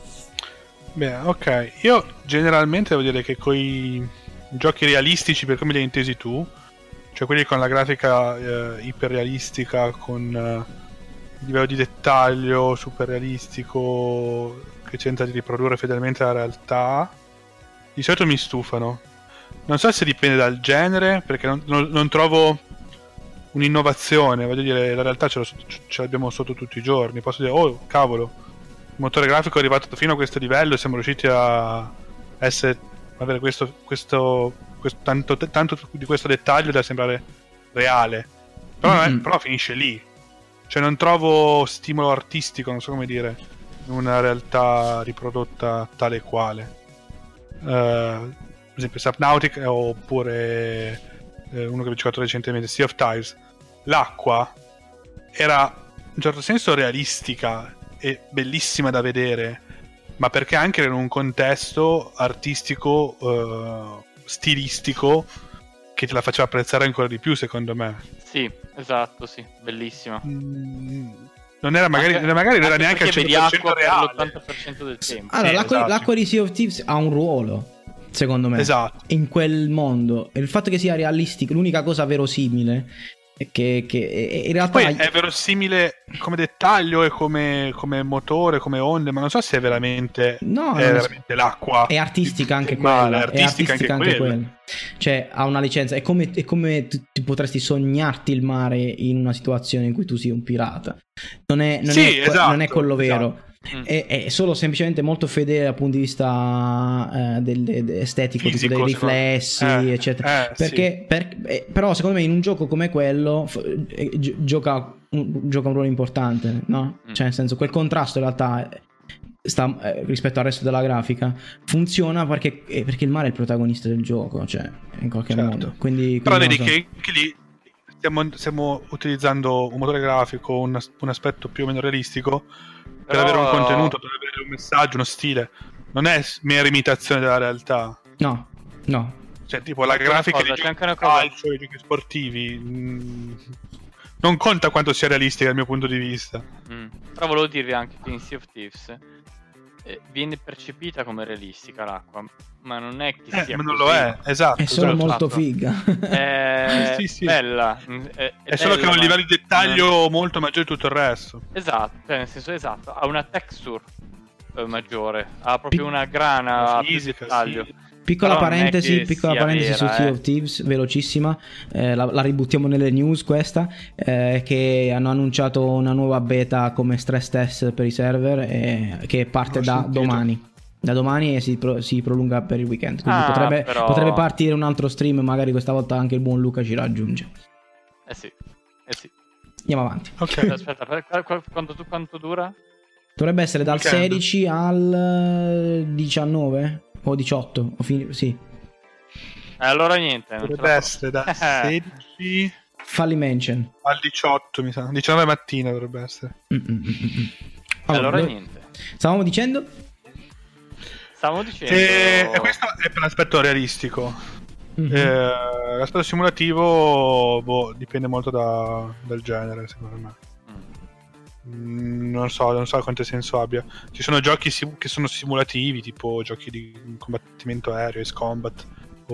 Beh, ok. Io generalmente devo dire che con i giochi realistici, per come li hai intesi tu, cioè quelli con la grafica eh, iperrealistica, con eh, il livello di dettaglio super realistico, che tenta di riprodurre fedelmente la realtà, di solito mi stufano. Non so se dipende dal genere, perché non, non- non trovo un'innovazione. Voglio dire, la realtà ce, l'ho sotto- ce l'abbiamo sotto tutti i giorni. Posso dire, oh cavolo, il motore grafico è arrivato fino a questo livello e siamo riusciti a essere, avere questo, questo, questo tanto, tanto di questo dettaglio da sembrare reale. Però, non è- Mhm. però finisce lì. Cioè non trovo stimolo artistico, non so come dire, in una realtà riprodotta tale e quale. Eh, per esempio Subnautica, oppure eh, uno che ho giocato recentemente, Sea of Thieves. L'acqua era in un certo senso realistica e bellissima da vedere, ma perché anche era in un contesto artistico, eh, stilistico, che te la faceva apprezzare ancora di più, secondo me. Sì, esatto, sì, bellissima. Mm, non era magari, Anche- magari non era anche neanche al perché vedi cento per cento acqua per reale. l'ottanta per cento del tempo. Allora, Sì, l'acqua, esatto. l'acqua di Sea of Thieves ha un ruolo, secondo me, Esatto. in quel mondo. E il fatto che sia realistico, l'unica cosa verosimile è che, che in realtà Poi è verosimile come dettaglio e come, come motore, come onde, ma non so se è veramente, No, è non- veramente l'acqua. è artistica anche Il mare, quella, è artistica, è artistica anche, quella. quella. Cioè ha una licenza, è come, è come tu, tu potresti sognarti il mare in una situazione in cui tu sia un pirata. Non è, non Sì, è, que- esatto, non è quello vero. esatto. Mm. è, è solo semplicemente molto fedele dal punto di vista eh, del, del- estetico, tipo Fisico, dei secondo- riflessi, eh, eccetera. eh, Perché, per- eh, però secondo me in un gioco come quello f- eh, gi- gioca, un, gioca un ruolo importante, no? Mm. Cioè nel senso, quel contrasto in realtà eh, sta, eh, rispetto al resto della grafica funziona perché, eh, perché il mare è il protagonista del gioco, cioè in qualche Certo. modo. Quindi, Però quindi vedi non so. che anche lì stiamo, stiamo utilizzando un motore grafico, un, un aspetto più o meno realistico per Però- avere un contenuto, per avere un messaggio, uno stile. Non è s- mera imitazione della realtà. No, no. Cioè, tipo la C'è anche una grafica cosa, di c'è anche una giochi cosa. calcio, i giochi sportivi, mh, non conta quanto sia realistica dal mio punto di vista. Mm. Però volevo dirvi anche che in Sea of Thieves eh, viene percepita come realistica l'acqua, ma non è che Eh, sia ma non così. lo è, esatto. È solo esatto. molto figa. È Sì, sì. bella. mm, È, È solo che ha un bella, livello di ma- dettaglio molto maggiore di tutto il resto. Esatto, cioè nel senso esatto, ha una texture eh, maggiore, ha proprio Pic- una grana, La ha più fisica, dettaglio. sì. Piccola Però non è parentesi, che piccola sia parentesi vera, su Sea eh. of Thieves, velocissima, eh, la, la ributtiamo nelle news questa, eh, che hanno annunciato una nuova beta come stress test per i server eh, che parte L'ho da sentito. domani. Da domani e si, pro- si prolunga per il weekend. Quindi Ah, potrebbe, però- potrebbe partire un altro stream, magari questa volta anche il buon Luca ci raggiunge. Eh sì, eh sì. Andiamo avanti. Ok. Aspetta, per- per- per- quanto, quanto dura? Dovrebbe essere dal Weekend. sedici al diciannove o diciotto. O fin- sì. Eh, allora niente. non ce Dovrebbe la essere da sedici Falli mention. al diciotto, mi sa. diciannove mattina dovrebbe essere. Mm, mm, mm, mm. faccio. Allora dove- niente. Stavamo dicendo? Stavo dicendo... E, e questo è per l'aspetto realistico. Mhm. Eh, l'aspetto simulativo, boh, dipende molto da- dal genere, secondo me. Mm. Mm, Non so, non so quanto senso abbia. Ci sono giochi sim- che sono simulativi, tipo giochi di combattimento aereo, Ace Combat,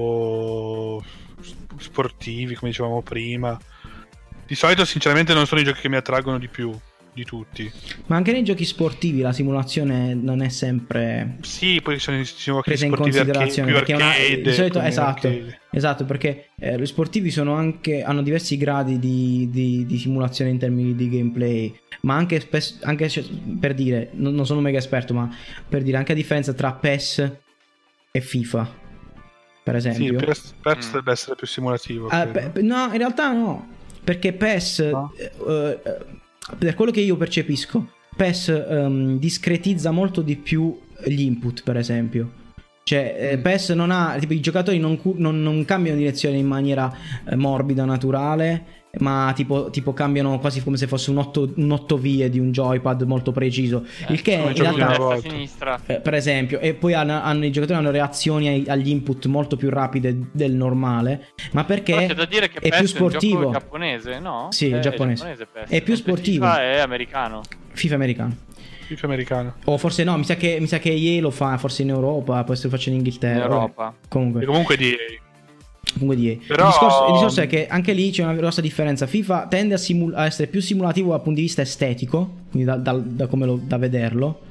o sp- sportivi, come dicevamo prima. Di solito, sinceramente, non sono i giochi che mi attraggono di più di tutti. Ma anche nei giochi sportivi la simulazione non è sempre Sì, poi ci sono i giochi presa in sportivi arca- considerazione, più perché una- arcade, di solito come esatto, arcade. esatto, perché eh, gli sportivi sono anche hanno diversi gradi di, di- di simulazione in termini di gameplay, ma anche, spes- anche cioè, per dire, non, non sono un mega esperto, ma per dire anche la differenza tra P E S e FIFA, per Sì, esempio. P E S, P E S Mm. dovrebbe essere più simulativo. Ah, credo. pe- pe- no, in realtà no, perché P E S, No? eh, eh, per quello che io percepisco, P E S ehm, discretizza molto di più gli input, per esempio. Cioè, eh, Mm. P E S non ha, tipo, i giocatori non, cu- non- non cambiano direzione in maniera eh, morbida, naturale, ma tipo, tipo cambiano quasi come se fosse un otto, un otto vie di un joypad molto preciso. Eh, il che come in giochi realtà una destra, volta. sinistra. eh, per esempio, e poi hanno, hanno- i giocatori hanno reazioni ai- agli input molto più rapide del normale, ma perché Però c'è da dire che è P E S più è un sportivo. gioco giapponese, no? Sì, è giapponese. P E S. È più Mentre sportivo. FIFA è americano. FIFA americano. FIFA americano. O forse no, mi sa che, mi sa che E A lo fa forse in Europa, poi se lo faccio in In Inghilterra. Europa. Comunque, E comunque di comunque di E A. Però- Il, discorso, il discorso è che anche lì c'è una grossa differenza. FIFA tende a, simul- a essere più simulativo dal punto di vista estetico, quindi da, da- da come lo, da vederlo.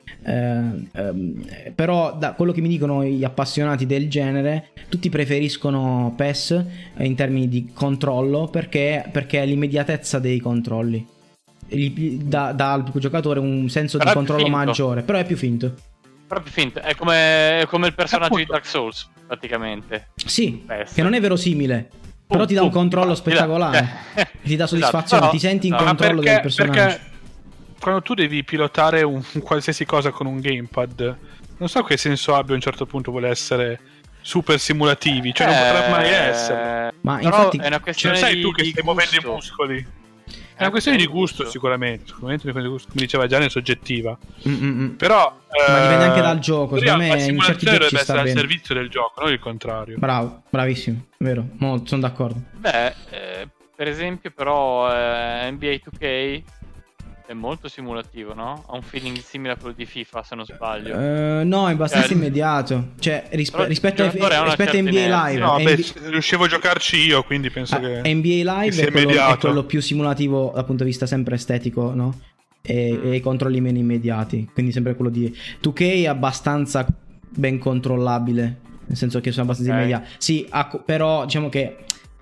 Eh, ehm, però da quello che mi dicono gli appassionati del genere, tutti preferiscono P E S eh, in termini di controllo perché, perché è l'immediatezza dei controlli. Gli- dà, dà al giocatore un senso Però di è più controllo finto. maggiore, però è più finto. Però più finto. È come, è come il personaggio Appunto. di Dark Souls, praticamente. Sì, P E S. che non è verosimile, però ti dà un Pum, controllo ti dà- spettacolare, eh, ti dà esatto, soddisfazione, però- ti senti in no, ma controllo perché, del personaggio. perché quando tu devi pilotare un, un qualsiasi cosa con un gamepad, non so che senso abbia a un certo punto vuole essere super simulativi, cioè non potrà mai essere. Ma Però infatti- è una Cioè, questione sai di, tu che di stai muovendo i gusto. muscoli. È una questione di gusto, sicuramente. Sicuramente una questione di gusto, come diceva Gianni, è soggettiva. Mm, mm, mm. Però. Ma eh, dipende anche dal gioco, speriamo, secondo me la in certi simulazione giochi ci dovrebbe sta essere al bene. servizio del gioco, non il contrario. Bravo, bravissimo, vero, molto, sono d'accordo. Beh, eh, per esempio, però, eh, N B A due K è molto simulativo, no? Ha un feeling simile a quello di FIFA, se non sbaglio. Eh, no, è abbastanza Cioè, immediato. Cioè, rispe- però il rispetto, a, giocatore ha una rispetto a certa N B A inerzia. Live, No, N beh, B- riuscivo a giocarci io, quindi penso ah, che. N B A che Live sia è quello, è immediato. quello più simulativo dal punto di vista sempre estetico, no? E, Mm. e i controlli meno immediati. Quindi sempre quello di due K è abbastanza ben controllabile. Nel senso che sono abbastanza Ok. immediati. Sì, ha co- però diciamo che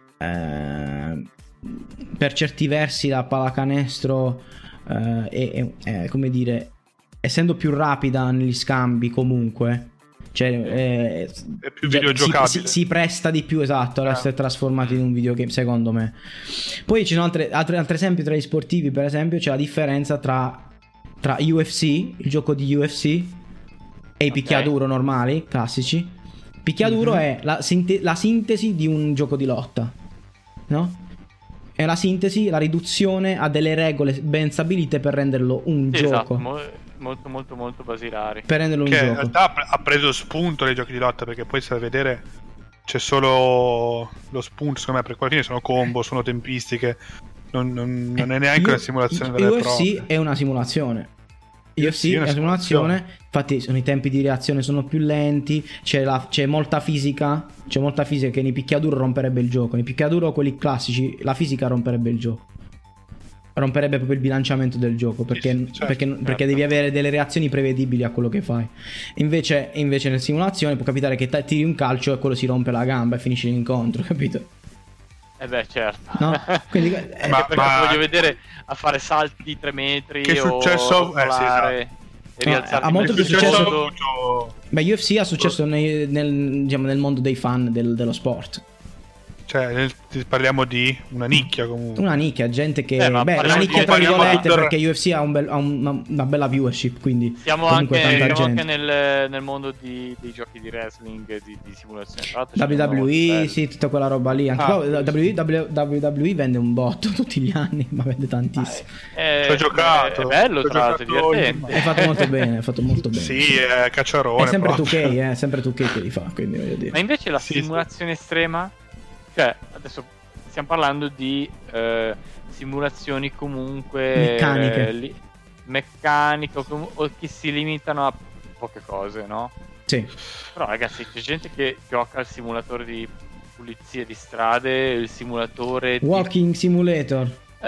eh, per certi versi la pallacanestro eh, è, è- è, come dire, essendo più rapida negli scambi comunque, cioè eh, È più già- videogiocabile. si, si, si presta di più, esatto, ad Ah. essere trasformati in un videogame, secondo me. Poi ci sono altre, altre, altri esempi tra gli sportivi, per esempio c'è la differenza tra, tra U F C, il gioco di U F C, e i Ok. picchiaduro normali, classici. Picchiaduro Mhm. è la, sinte- la sintesi di un gioco di lotta, no? È la sintesi, la riduzione a delle regole ben stabilite per renderlo un Sì, gioco. esatto, mo- molto molto molto basilari. Per renderlo un Che in gioco. realtà ha pre- ha preso spunto dai giochi di lotta, perché poi se a vedere c'è solo lo spunto, secondo me, perché alla fine sono combo, sono tempistiche, non, non- non è neanche una simulazione vera e U F C propria. è una simulazione. U F C è è una una simulazione. simulazione. Infatti sono i tempi di reazione sono più lenti. C'è, la- c'è molta fisica. C'è molta fisica che nei picchiaduro romperebbe il gioco. Nei picchiaduro, quelli classici, la fisica romperebbe il gioco. Romperebbe proprio il bilanciamento del gioco. Perché, sì, certo, perché, certo. perché devi avere delle reazioni prevedibili a quello che fai. Invece, invece nel simulazione può capitare che t- tiri un calcio e quello si rompe la gamba e finisce l'incontro, capito? Eh beh, certo. No? Quindi, eh, Anche Ma- perché ma- voglio vedere a fare salti di tre metri Che è o successo- eh, sì, volare esatto. e No, rialzarti ha molto in più Perché questo successo- c'è modo. avuto- Beh, U F C ha successo nei- nel, diciamo, nel mondo dei fan del- dello sport. Cioè, nel- parliamo di una nicchia comunque. Una nicchia, gente che... Eh, ma beh, una parliamo nicchia di- tra parliamo virgolette di- perché U F C ha, un bel- ha una, una bella viewership, quindi Siamo comunque anche, tanta siamo gente. anche nel, nel mondo di- dei giochi di wrestling, di, di simulazione. Tra l'altro ce ne sono W W E, molti sì, tutta quella roba lì. Anche Ah, poi W W E vende un botto tutti gli anni, ma vende tantissimo. belli. Eh, Ci ho giocato. È bello, Ci ho tra l'altro, è giocato divertente. È fatto molto bene, è fatto molto bene. Sì, è cacciarone. È sempre proprio. due K, eh, è sempre due K che li fa, quindi voglio dire. Ma invece la Sì, sì. simulazione estrema, cioè adesso stiamo parlando di eh, simulazioni comunque Meccaniche. eh, li- meccaniche o, com- o che si limitano a poche cose, no? Sì. Però ragazzi, c'è gente che gioca al simulatore di pulizia di strade, il simulatore di, Walking Simulator.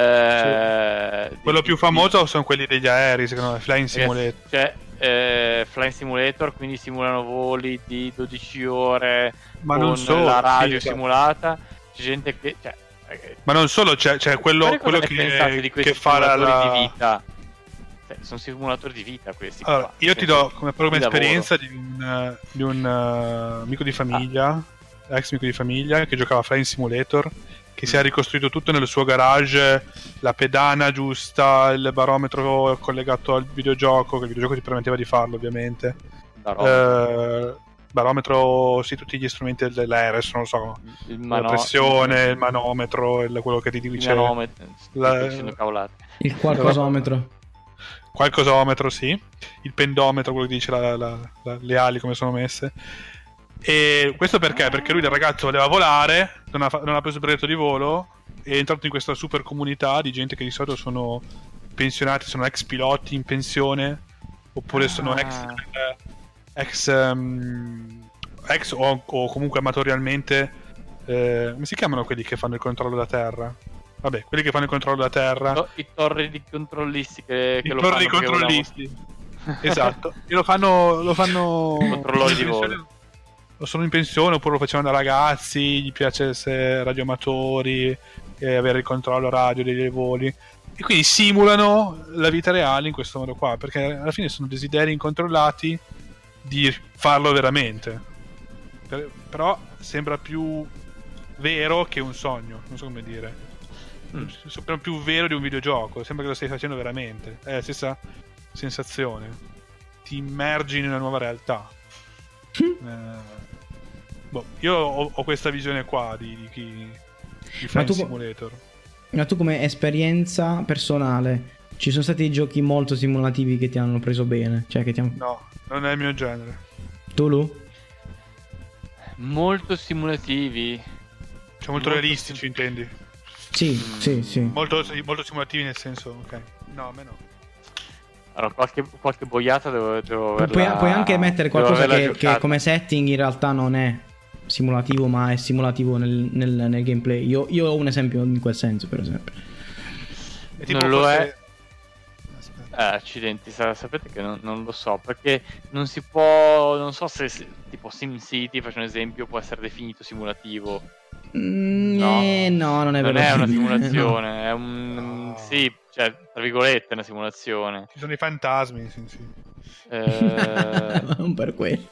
eh, di- Quello più di- famoso sono quelli degli aerei, secondo me, Flying Simulator. C'è eh, Flying Simulator, quindi simulano voli di dodici ore Ma con non solo, la radio sì, esatto. simulata. C'è gente che... Cioè, eh, Ma non solo, c'è, c'è quello, Fare cosa quello ne pensate che, di questi che fa la... simulatori la- di vita? Cioè, sono simulatori di vita questi. Allora, qua. io ti Senso, do come propria di lavoro. esperienza di un, eh, di un eh, amico di famiglia, ex amico di famiglia, che giocava a Flying Simulator, che si è ricostruito tutto nel suo garage, la pedana giusta, il barometro collegato al videogioco, che il videogioco ti permetteva di farlo ovviamente. Barometro. Eh, barometro, sì, tutti gli strumenti dell'aereo, non lo so, il la mano- pressione, il manometro, il- quello che ti il dice manometro. la- Sto dicendo cavolate. Il qualcosometro. qualcosometro, sì, il pendometro, quello che dice la- la- la- le ali come sono messe. E questo perché? Perché lui, da ragazzo, voleva volare, non ha, fa- non ha preso il brevetto di volo, è entrato in questa super comunità di gente che di solito sono pensionati, sono ex piloti in pensione, oppure sono Ah. ex, eh, ex, ehm, ex o, o comunque amatorialmente, eh, come si chiamano quelli che fanno il controllo da terra? Vabbè, quelli che fanno il controllo da terra. To- I torri di controllisti che, che I lo torri fanno perché controllisti. Esatto. E lo fanno, lo fanno Controllori di in pensione- volo. o sono in pensione oppure lo facevano da ragazzi, gli piace essere radioamatori e avere il controllo radio dei voli, e quindi simulano la vita reale in questo modo qua, perché alla fine sono desideri incontrollati di farlo veramente. Per- però sembra più vero che un sogno, non so come dire. Mm. Sembra più vero di un videogioco, sembra che lo stai facendo veramente, è la stessa sensazione, ti immergi in una nuova realtà. Eh, boh, io ho, ho questa visione qua di, di chi di Flying tu- Simulator. Ma tu come esperienza personale, ci sono stati giochi molto simulativi che ti hanno preso bene? Cioè che ti hanno... No, non è il mio genere. Tu, Lu? Molto simulativi. Cioè molto Molto realistici, sim- intendi? Sì, Mm. sì, sì. Molto, molto simulativi nel senso, ok. No, a me no. Allora, qualche, qualche boiata devo, devo Pu- averla, puoi, puoi anche mettere devo qualcosa averla che, che giocata. come setting in realtà non è simulativo, ma è simulativo nel, nel- nel gameplay. Io, io ho un esempio in quel senso, per esempio. È tipo Non lo forse- è. Aspetta. Eh, accidenti, sa- sapete che non, non lo so, perché non si può, non so se, se- tipo SimCity, faccio un esempio, può essere definito simulativo. Mm, No. eh, no, non è Non vero. è una No. simulazione, è un... No. Sì, cioè, tra virgolette, è una simulazione. Ci sono i fantasmi, sì, sì. Eh, Non per quello.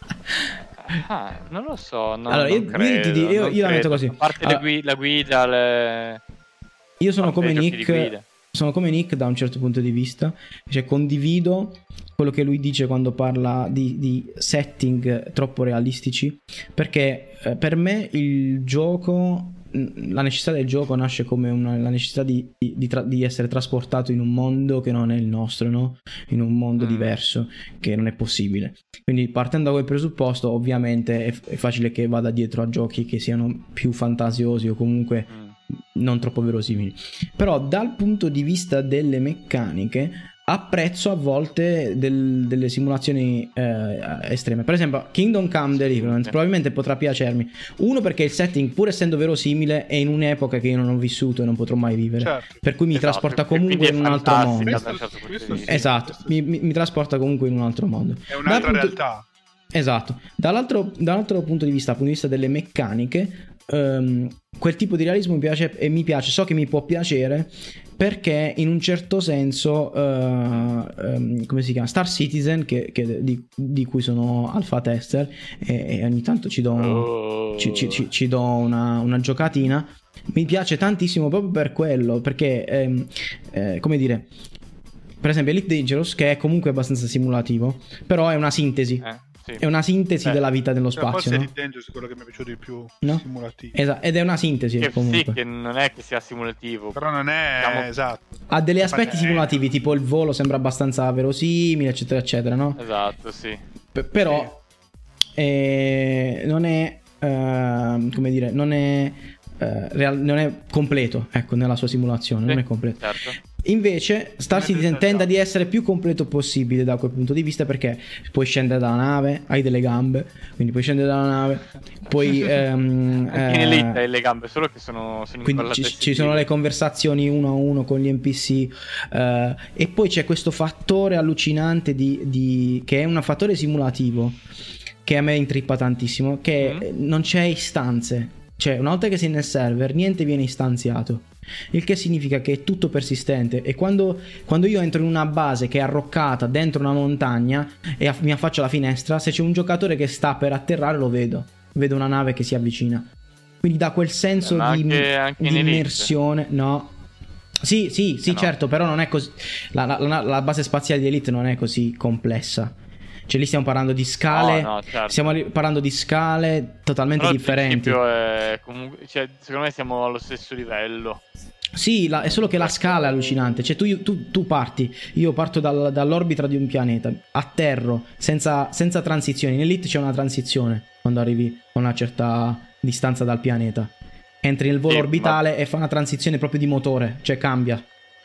ah, non lo so. Non, Allora, io- non credo, io ti dico- io- non io la metto credo. così. A parte Allora- le gui- la guida, le... Io sono a parte come i giochi di Nick. guida. Sono come Nick da un certo punto di vista, cioè condivido quello che lui dice quando parla di, di setting troppo realistici, perché eh, per me il gioco, mh, la necessità del gioco nasce come una, la necessità di, di- di tra- di essere trasportato in un mondo che non è il nostro, no? In un mondo Mm. diverso, che non è possibile. Quindi partendo da quel presupposto, ovviamente è, è facile che vada dietro a giochi che siano più fantasiosi o comunque Mm. non troppo verosimili. Però dal punto di vista delle meccaniche apprezzo a volte del- delle simulazioni eh, estreme. Per esempio Kingdom Come Deliverance Sì. probabilmente potrà piacermi. Uno, perché il setting, pur essendo verosimile, è in un'epoca che io non ho vissuto e non potrò mai vivere, Certo. per cui mi Esatto, trasporta e quindi comunque è in un altro fantastica mondo. da un certo punto di Questo vista. sì. Esatto, questo mi, mi- mi trasporta comunque in un altro mondo. È Dal un'altra punto- realtà. Esatto. Dall'altro, dall'altro punto di vista, dal punto di vista delle meccaniche, ehm, quel tipo di realismo mi piace e mi piace, so che mi può piacere, perché in un certo senso, eh, ehm, come si chiama? Star Citizen, che, che- di, di cui sono alfa tester, e, e ogni tanto ci do, Oh. ci, ci- ci- ci do una, una giocatina. Mi piace tantissimo proprio per quello, perché, ehm, eh, come dire, per esempio Elite Dangerous, che è comunque abbastanza simulativo, però è una sintesi. Eh, sì. È una sintesi Eh, della vita dello Cioè, spazio, forse no? Elite Dangerous è quello che mi è piaciuto di più, No? simulativo. Esa- ed è una sintesi Che, comunque. sì, che non è che sia simulativo. Però non è Diciamo- esatto. Ha degli aspetti Infatti, eh, simulativi, tipo il volo sembra abbastanza verosimile, eccetera, eccetera, no? Esatto, sì. P- però eh, non è, ehm, come dire, non è, eh, real- non è completo, ecco, nella sua simulazione, non Sì, è completo. certo. Invece Star Non è Citizen dettagliato. tende di essere più completo possibile da quel punto di vista, perché puoi scendere dalla nave, hai delle gambe, quindi puoi scendere dalla nave, poi ehm, Anche in eh, Elite hai le gambe, solo che sono, sono quindi incollate ci, ai ci sedili. sono le conversazioni uno a uno con gli N P C, eh, e poi c'è questo fattore allucinante di, di- che è un fattore simulativo che a me intrippa tantissimo, che Mm. eh, non c'è istanze. Cioè, una volta che sei nel server, niente viene istanziato. Il che significa che è tutto persistente. E quando, quando io entro in una base che è arroccata dentro una montagna e aff- mi affaccio alla finestra, se c'è un giocatore che sta per atterrare, lo vedo. Vedo una nave che si avvicina. Quindi dà quel senso Eh, ma di, anche- anche in di Elite. immersione. No. Sì, sì, sì, Eh, no. certo, però non è così. La, la- la- la base spaziale di Elite non è così complessa. Cioè, lì stiamo parlando di scale. No, no, certo. Stiamo li- parlando di scale totalmente Però il differenti. principio è comunque, cioè, secondo me siamo allo stesso livello. Sì, la- è solo che la scala è allucinante. Cioè, tu, tu- tu parti, io parto dal- dall'orbita di un pianeta, atterro senza, senza transizioni. In Elite c'è una transizione quando arrivi a una certa distanza dal pianeta. Entri nel volo Sì, orbitale e fa una transizione proprio di motore, cioè cambia.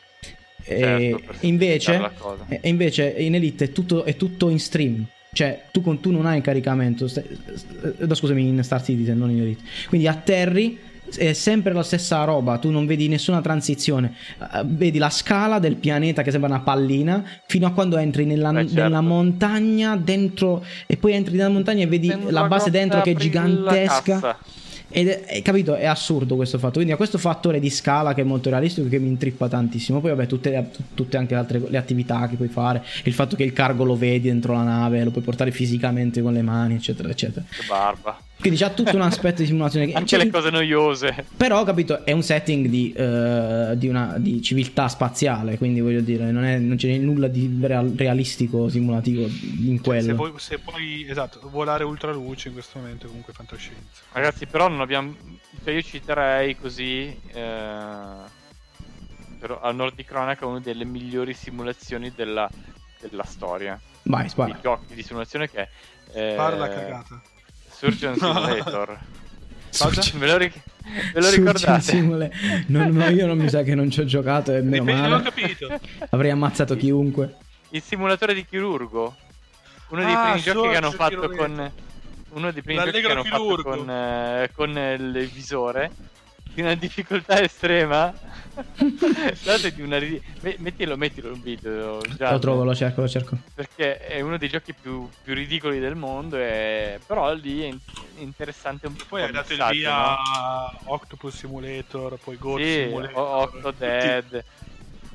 E Certo, per invece, semplificare la cosa. e invece in Elite è tutto, è tutto in stream. Cioè, tu, con, tu non hai caricamento. st- st- no, scusami, in Star Citizen, non in Elite. Quindi atterri, è sempre la stessa roba. Tu non vedi nessuna transizione. Eh, vedi la scala del pianeta che sembra una pallina, fino a quando entri nella, Beh, certo. nella montagna dentro. E poi entri nella montagna e vedi Sembra la base grossa, dentro che è apri la gigantesca. cassa. Ed è, è- capito, è assurdo questo fatto. Quindi ha questo fattore di scala che è molto realistico, che mi intrippa tantissimo. Poi vabbè, tutte, le- tutte anche le altre le attività che puoi fare, il fatto che il cargo lo vedi dentro la nave, lo puoi portare fisicamente con le mani, eccetera eccetera. Che barba. Quindi c'ha tutto un aspetto di simulazione che, Anche cioè, le cose noiose. però, capito, è un setting di, eh, di una di civiltà spaziale, quindi voglio dire, non, è, non c'è nulla di real- realistico simulativo in Se quello. vuoi, se puoi, esatto, volare ultraluce in questo momento è comunque fantascienza. Ragazzi, però non abbiamo. Cioè, io citerei così. Eh, però al Nord di Cronaca una delle migliori simulazioni della, della storia. Vai, Di spara. giochi di simulazione che è. eh, Parla cagata. Surgeon Simulator. Surgeon- Ve lo, ric- ve lo Surgeon ricordate? Simulator. Non- no, io non mi sa che non ci ho giocato e meno Dipende, non ho male. capito. Avrei ammazzato chiunque. Il simulatore di chirurgo. Uno dei Ah, primi giochi che hanno Surgeon fatto Simulator. con. Uno dei primi giochi che L'allegro hanno fatto chirurgo. con, eh, con eh, il visore. Di una difficoltà estrema. Guardate di una ridi- me- mettilo, mettilo un video. Gian, Lo trovo, lo cerco, lo cerco. Perché è uno dei giochi più, più ridicoli del mondo. E... Però lì è in- interessante un po'. Poi hai dato il messaggio, via no? a Octopus Simulator, poi Goat Sì, Simulator. o- Octodad.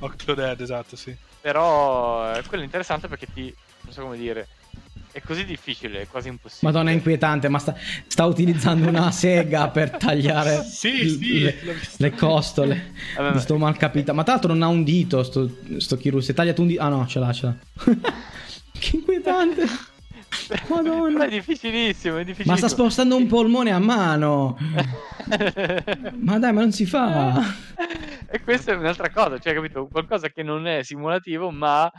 Octodad, esatto, sì. Però eh, quello è interessante perché ti, non so come dire, è così difficile, è quasi impossibile. Madonna, è inquietante, ma sta, sta utilizzando una sega per tagliare Sì, l- sì, le, l'ho visto. le costole Vabbè, di sto malcapita. Ma tra l'altro non ha un dito sto, sto Kiryu. Si è tagliato un dito. Ah no, ce l'ha, ce l'ha. Che inquietante. Madonna. Però è difficilissimo, è difficilissimo. Ma sta spostando un polmone a mano. Ma dai, ma non si fa. E questa è un'altra cosa, cioè, capito? Qualcosa che non è simulativo, ma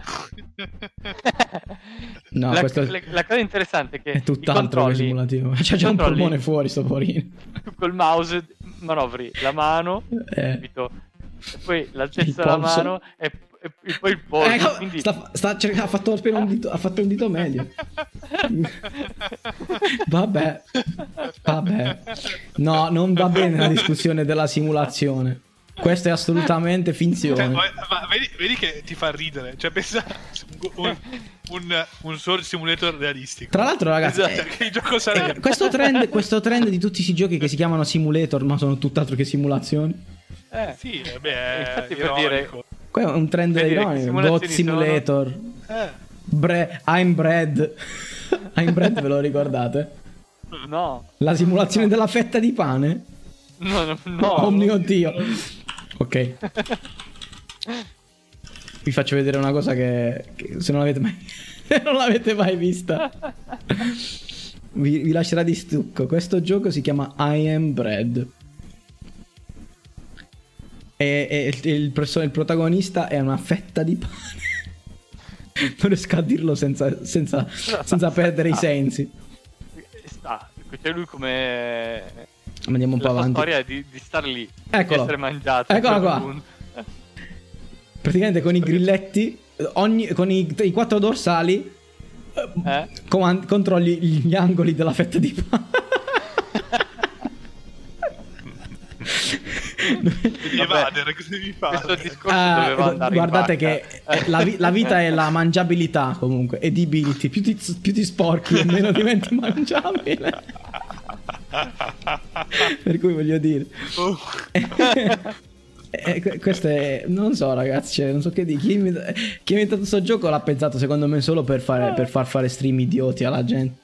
No, la, questo la- la cosa interessante è che è tutt'altro che i controlli, simulativo. C'è i già un controlli, polmone fuori, sto porino. tu col mouse manovri la mano, Eh. capito? E poi Il l'altezza della polso. mano e, e- e poi il polso. Ecco, quindi... sta, sta cercando- ha fatto appena un dito, ha fatto un dito medio. Vabbè, vabbè. No, non va bene la discussione della simulazione. Questo è assolutamente Cioè, finzione. ma, ma vedi, vedi che ti fa ridere. Cioè, pensa un, un, un Sword Simulator realistico. Tra l'altro, ragazzi, Esatto. eh, Che il gioco sarebbe. eh, questo, trend, questo trend di tutti questi giochi che si chiamano simulator, ma sono tutt'altro che simulazioni. Eh, Sì, eh, beh, è Infatti, per ironico. Qua è un trend Per dire che ironico. simulazioni God Simulator. Eh, Bre- I'm Bread. I'm Bread, ve lo ricordate? no, La simulazione della fetta di pane? no, no, no. Oh mio Dio. Ok. Vi faccio vedere una cosa che, che se non l'avete mai non l'avete mai vista. Vi, vi lascerà di stucco. Questo gioco si chiama I Am Bread. E, e il, il perso- il protagonista è una fetta di pane. Non riesco a dirlo senza, senza, senza perdere i sensi. Sta, c'è lui come Ma andiamo un po' la sua avanti. storia è di, di star lì, Eccolo. di essere mangiato. Eccola a un certo qua. punto. Praticamente con i grilletti, ogni, con i, i quattro dorsali, Eh? comand- controlli gli angoli della fetta di pane. devi Vabbè. evadere, cosa devi fare? Questo discorso Ah, doveva andare guardate in che vacca. eh, la, vi- la vita è la mangiabilità comunque, edibility. Più ti, più ti sporchi e meno diventi mangiabile. Per cui voglio dire. Oh. Eh, que- questo è. Non so, ragazzi. Cioè, non so che dire. Chi, inventa- chi ha inventato questo gioco l'ha pensato, secondo me, solo per, fare, per far fare stream idioti alla gente.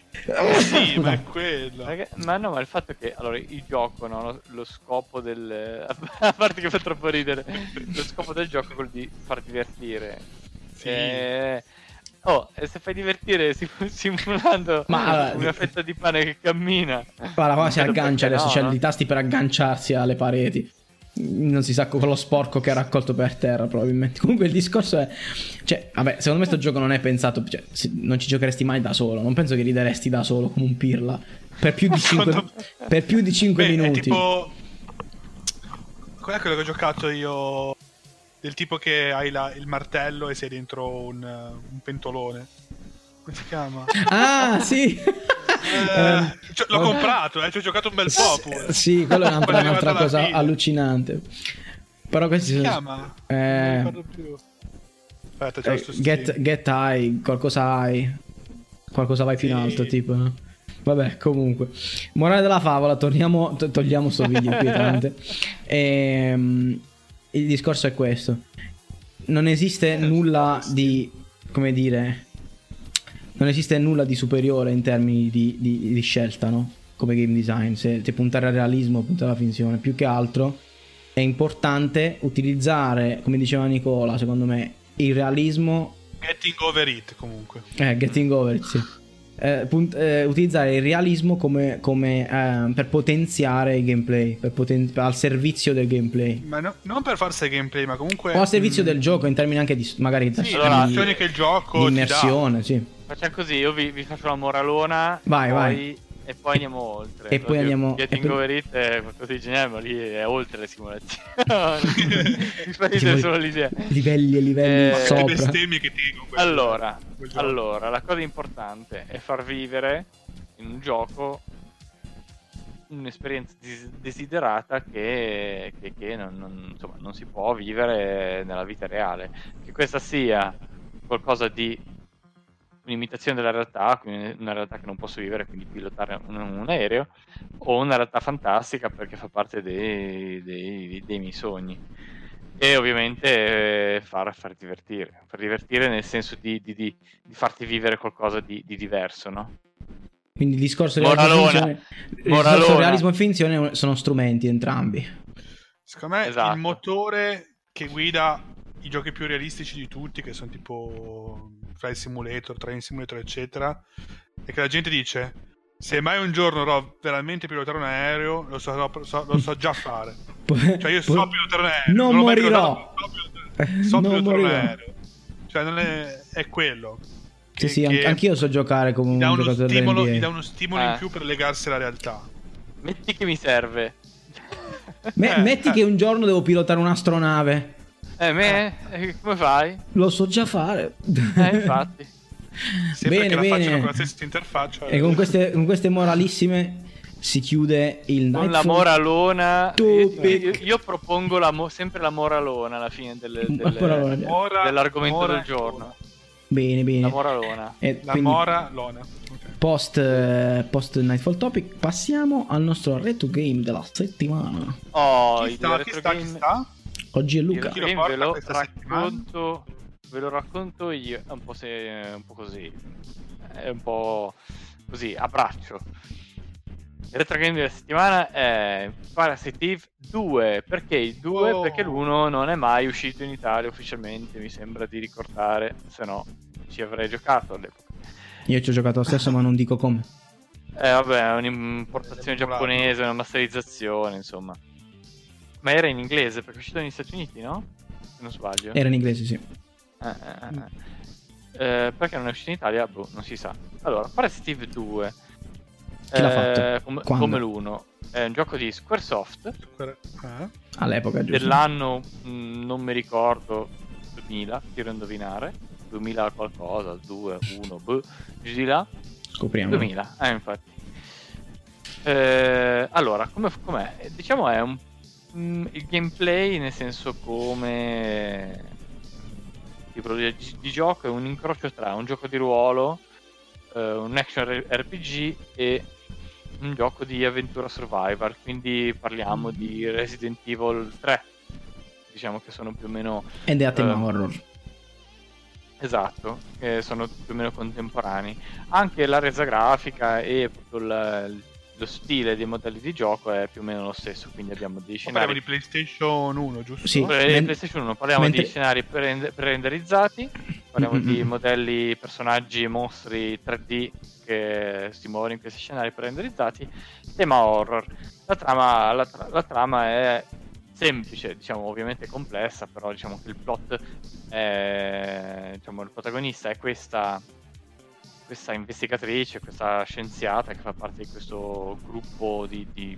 Sì, ma è quello. Raga- Ma no, ma il fatto è che allora il gioco, no, lo, lo scopo del a parte che fa troppo ridere, lo scopo del gioco è quello di far divertire. Sì. Eh, oh, e se fai divertire sim- simulando Ma, allora- una fetta di pane che cammina. Guarda, qua si Perché aggancia adesso. no, C'è no? i tasti per agganciarsi alle pareti. Non si sa con lo sporco che ha raccolto per terra, probabilmente. Comunque il discorso è. Cioè, vabbè, secondo me sto gioco non è pensato. Cioè, se- non ci giocheresti mai da solo. Non penso che rideresti da solo come un pirla. Per più di cinque, per più di cinque Beh, minuti. È tipo. Qual è quello che ho giocato io? Del tipo che hai la- il martello e sei dentro un, un pentolone. Come si chiama? Ah, sì. Eh, cioè, l'ho comprato, eh, ci ho giocato un bel po' pure. Sì, quello è un'altra, Quello è un'altra arrivato alla cosa fine. allucinante. Però questi Come si sono. chiama? Eh, Non mi ricordo più. Aspetta, c'è eh, lo sto get, stream. get high, qualcosa high. Qualcosa vai più in Sì. alto, tipo. no? Vabbè, comunque. Morale della favola, torniamo, to- togliamo sto video inquietante. Ehm, il discorso è questo. Non esiste nulla di, come dire, non esiste nulla di superiore in termini di, di- di scelta, no? Come game design. Se, se puntare al realismo, puntare alla finzione. Più che altro è importante utilizzare, come diceva Nicola, secondo me, il realismo. Getting over it, comunque. Eh, getting over it, sì. Eh, punt- eh, utilizzare il realismo come, come eh, per potenziare il gameplay, per poten- al servizio del gameplay. Ma no- non per farsi gameplay, ma comunque. O al servizio mm, del gioco, in termini anche di magari Sì, di, le allora, emozioni che il gioco di ti dà. immersione, sì. Facciamo così, io vi, vi faccio una moralona. Vai, poi- vai. E poi andiamo oltre. E poi Oddio, andiamo- Getting e poi- over it è qualcosa di geniale, ma lì è oltre le simulazioni. Mi fa Ci ridere vuoi- solo l'idea. livelli e livelli Eh, Che sopra. bestemmie che ti dico. quello- Allora, quel gioco. allora, la cosa importante è far vivere in un gioco un'esperienza dis- desiderata che, che- che non, non- insomma, non si può vivere nella vita reale. Che questa sia qualcosa di un'imitazione della realtà, quindi una realtà che non posso vivere, quindi pilotare un, un aereo, o una realtà fantastica perché fa parte dei, dei- dei miei sogni. E ovviamente eh, far, far divertire, far divertire nel senso di, di- di- di farti vivere qualcosa di, di diverso, no? Quindi il discorso realismo e Moralona, finzione, il discorso moralona. realismo e finzione sono strumenti entrambi. Secondo me Esatto. il motore che guida i giochi più realistici di tutti, che sono tipo Flight Simulator, Train Simulator, eccetera, è che la gente dice: se mai un giorno dovrò veramente pilotare un aereo, lo so, so- lo so già fare. Cioè io so pilotare un aereo, Non l'ho mai morirò. pilotato, so pilotare, so Non pilotare un morirò. aereo. Cioè non è, è quello. Sì, Che- sì, che an- anch'io so giocare come gli un dà uno giocatore stimolo, dell'N B A. gli dà uno stimolo Eh. in più per legarsi alla realtà. Metti che mi serve. Me- Eh, metti eh. che un giorno devo pilotare un'astronave. Eh, me? Eh, come fai? Lo so già fare. Eh, infatti. Sempre Bene, che la bene. facciano con la stessa interfaccia. E con queste, con queste moralissime si chiude il Con la Nightfall. moralona, io, Topic. io- io propongo la mo- sempre la moralona alla fine delle- La delle- moralona. Mora- dell'argomento mora- del giorno. Bene, bene. La moralona. E La quindi, mora lona. Ok. post, eh, post Nightfall Topic passiamo al nostro retro game della settimana. Oh, Chi il sta, chi retro sta, chi game, sta? Oggi è il Luca. Chi retro lo game porta ve lo questa settimana? racconto, ve lo racconto io, è un po', se, è un po' così, è un po' così, a braccio. Il retro game della settimana è Parasite Eve due. Perché il due? Oh. Perché l'uno non è mai uscito in Italia ufficialmente, mi sembra di ricordare, se no ci avrei giocato all'epoca. Io ci ho giocato lo stesso, ma non dico come. Eh vabbè, è un'importazione giapponese, una masterizzazione, insomma. Ma era in inglese, perché è uscito negli Stati Uniti, no? Se non sbaglio. Era in inglese, sì. Eh, eh, eh. Eh, perché non è uscito in Italia? Boh, non si sa. Allora, Parasite Eve due. Chi l'ha eh, fatto? Come, Quando? come l'uno. È un gioco di Squaresoft, Eh? All'epoca, giusto? dell'anno, mh, non mi ricordo, duemila, tiro a indovinare. duemila qualcosa, due, uno, boh, giù di là. Scopriamo. duemila, eh, infatti. Eh, allora, come, com'è? Eh, Diciamo è un mm, il gameplay, nel senso come tipo di, di gioco, è un incrocio tra un gioco di ruolo, eh, un action R P G e un gioco di avventura survival. Quindi parliamo di Resident Evil tre, diciamo che sono più o meno Ed è a tema Eh, horror. esatto, che sono più o meno contemporanei. Anche la resa grafica e proprio il- lo stile dei modelli di gioco è più o meno lo stesso, quindi abbiamo dei Parliamo scenari di PlayStation uno, giusto? Sì. per men- PlayStation uno, parliamo mentre- di scenari pre- pre-renderizzati, parliamo Mm-mm. di modelli, personaggi e mostri tre D che si muovono in questi scenari pre-renderizzati. Tema horror. La trama, la, tra- la trama è semplice, diciamo, ovviamente complessa, però diciamo che il plot è, diciamo, il protagonista è questa questa investigatrice, questa scienziata che fa parte di questo gruppo di, di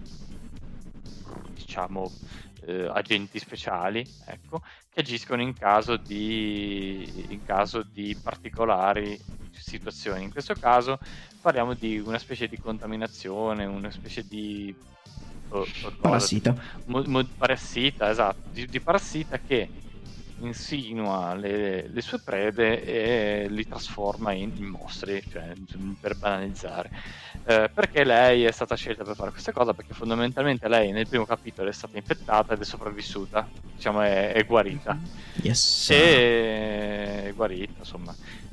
diciamo eh, agenti speciali, ecco, che agiscono in caso di in caso di particolari situazioni. In questo caso parliamo di una specie di contaminazione, una specie di oh, oh, cosa? Parassita. Mo- mo- parassita, esatto, di, di parassita che insinua le, le sue prede e li trasforma in, in mostri, cioè per banalizzare. Eh, perché lei è stata scelta per fare questa cosa? Perché fondamentalmente lei nel primo capitolo è stata infettata ed è sopravvissuta, diciamo è, è guarita. Yes. E è guarita, insomma.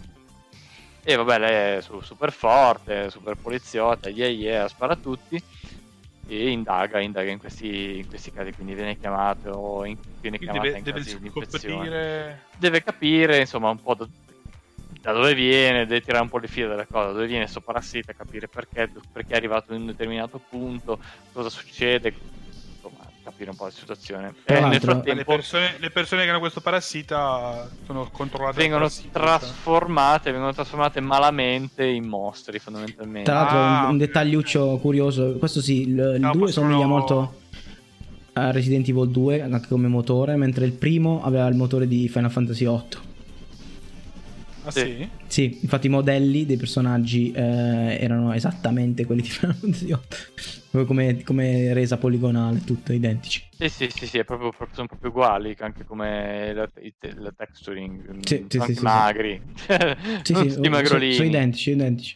E vabbè, lei è su- super forte, super poliziotta, yeah yeah, spara a tutti. E indaga, indaga in questi, in questi casi, quindi viene chiamato in, viene Quindi chiamata deve, in deve casi di infezione. scoprire. Deve capire insomma un po' da, da dove viene, deve tirare un po' le fila della cosa, dove viene sto parassita, capire perché, perché è arrivato in un determinato punto, cosa succede, insomma capire un po' la situazione. Tra E nel l'altro- Le frattempo persone, le persone che hanno questo parassita sono controllate dal vengono parassita, cioè. trasformate, vengono trasformate malamente in mostri fondamentalmente. Tra l'altro, Ah, un, un ok. dettagliuccio curioso. Questo sì, il, il No, due possono- somiglia molto a Resident Evil due, anche come motore, mentre il primo aveva il motore di Final Fantasy otto. Ah Sì. sì? Sì, infatti i modelli dei personaggi eh, erano esattamente quelli di Final Fantasy otto. Proprio come, come resa poligonale, tutto identici. Sì, sì, sì, sì, è proprio, proprio- sono proprio uguali, anche come la, il te- la texturing, Sì, mm, sì, sono sì, anche sì, magri, Sì, sono sì, tutti sono, magrolini. sono identici, identici.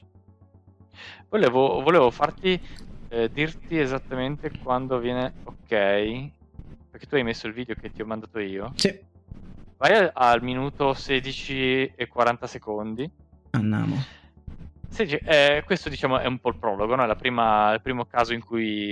Volevo, volevo farti eh, dirti esattamente quando viene ok, perché tu hai messo il video che ti ho mandato io, Sì, vai al, al minuto sedici e quaranta secondi. andiamo. Sedici- eh, questo diciamo è un po' il prologo, no? È la prima, il primo caso in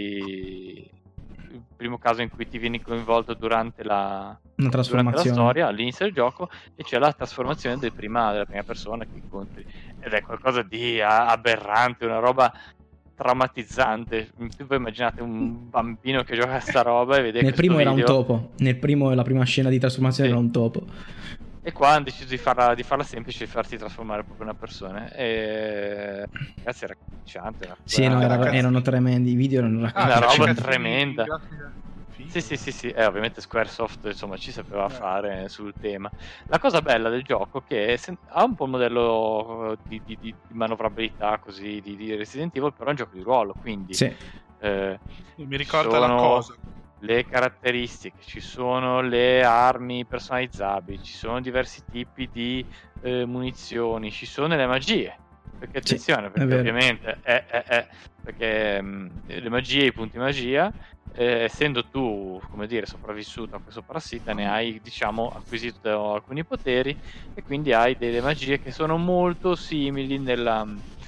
cui il primo caso in cui ti vieni coinvolto durante la, Una durante la trasformazione. storia, all'inizio del gioco, e c'è la trasformazione del prima, della prima persona che incontri, ed è qualcosa di a- aberrante, una roba traumatizzante. Voi immaginate un bambino che gioca a sta roba e vede Nel questo primo era un video, topo. Nel primo, la prima scena di trasformazione Sì. era un topo. e qua hanno deciso di farla, di farla semplice, di farti trasformare proprio in una persona. E ragazzi, era cacciante. Era Sì, no, era era- cazzo- erano tremendi. I video erano Una raccontanti. roba cazzo di tremenda. grafica figa. Sì, sì, sì, sì, e ovviamente Squaresoft insomma ci sapeva Eh. fare sul tema. La cosa bella del gioco è che se- ha un po' il modello di, di- di manovrabilità così di, di Resident Evil, però è un gioco di ruolo, quindi Sì. eh, Mi ricorda la sono cosa. le caratteristiche, ci sono le armi personalizzabili, ci sono diversi tipi di eh, munizioni, ci sono le magie. Perché Sì, attenzione, è perché vero. ovviamente è, è- è- perché mh, le magie, i punti magia, eh, essendo tu, come dire, sopravvissuto a questo parassita, ne hai, diciamo, acquisito alcuni poteri, e quindi hai delle magie che sono molto simili nella,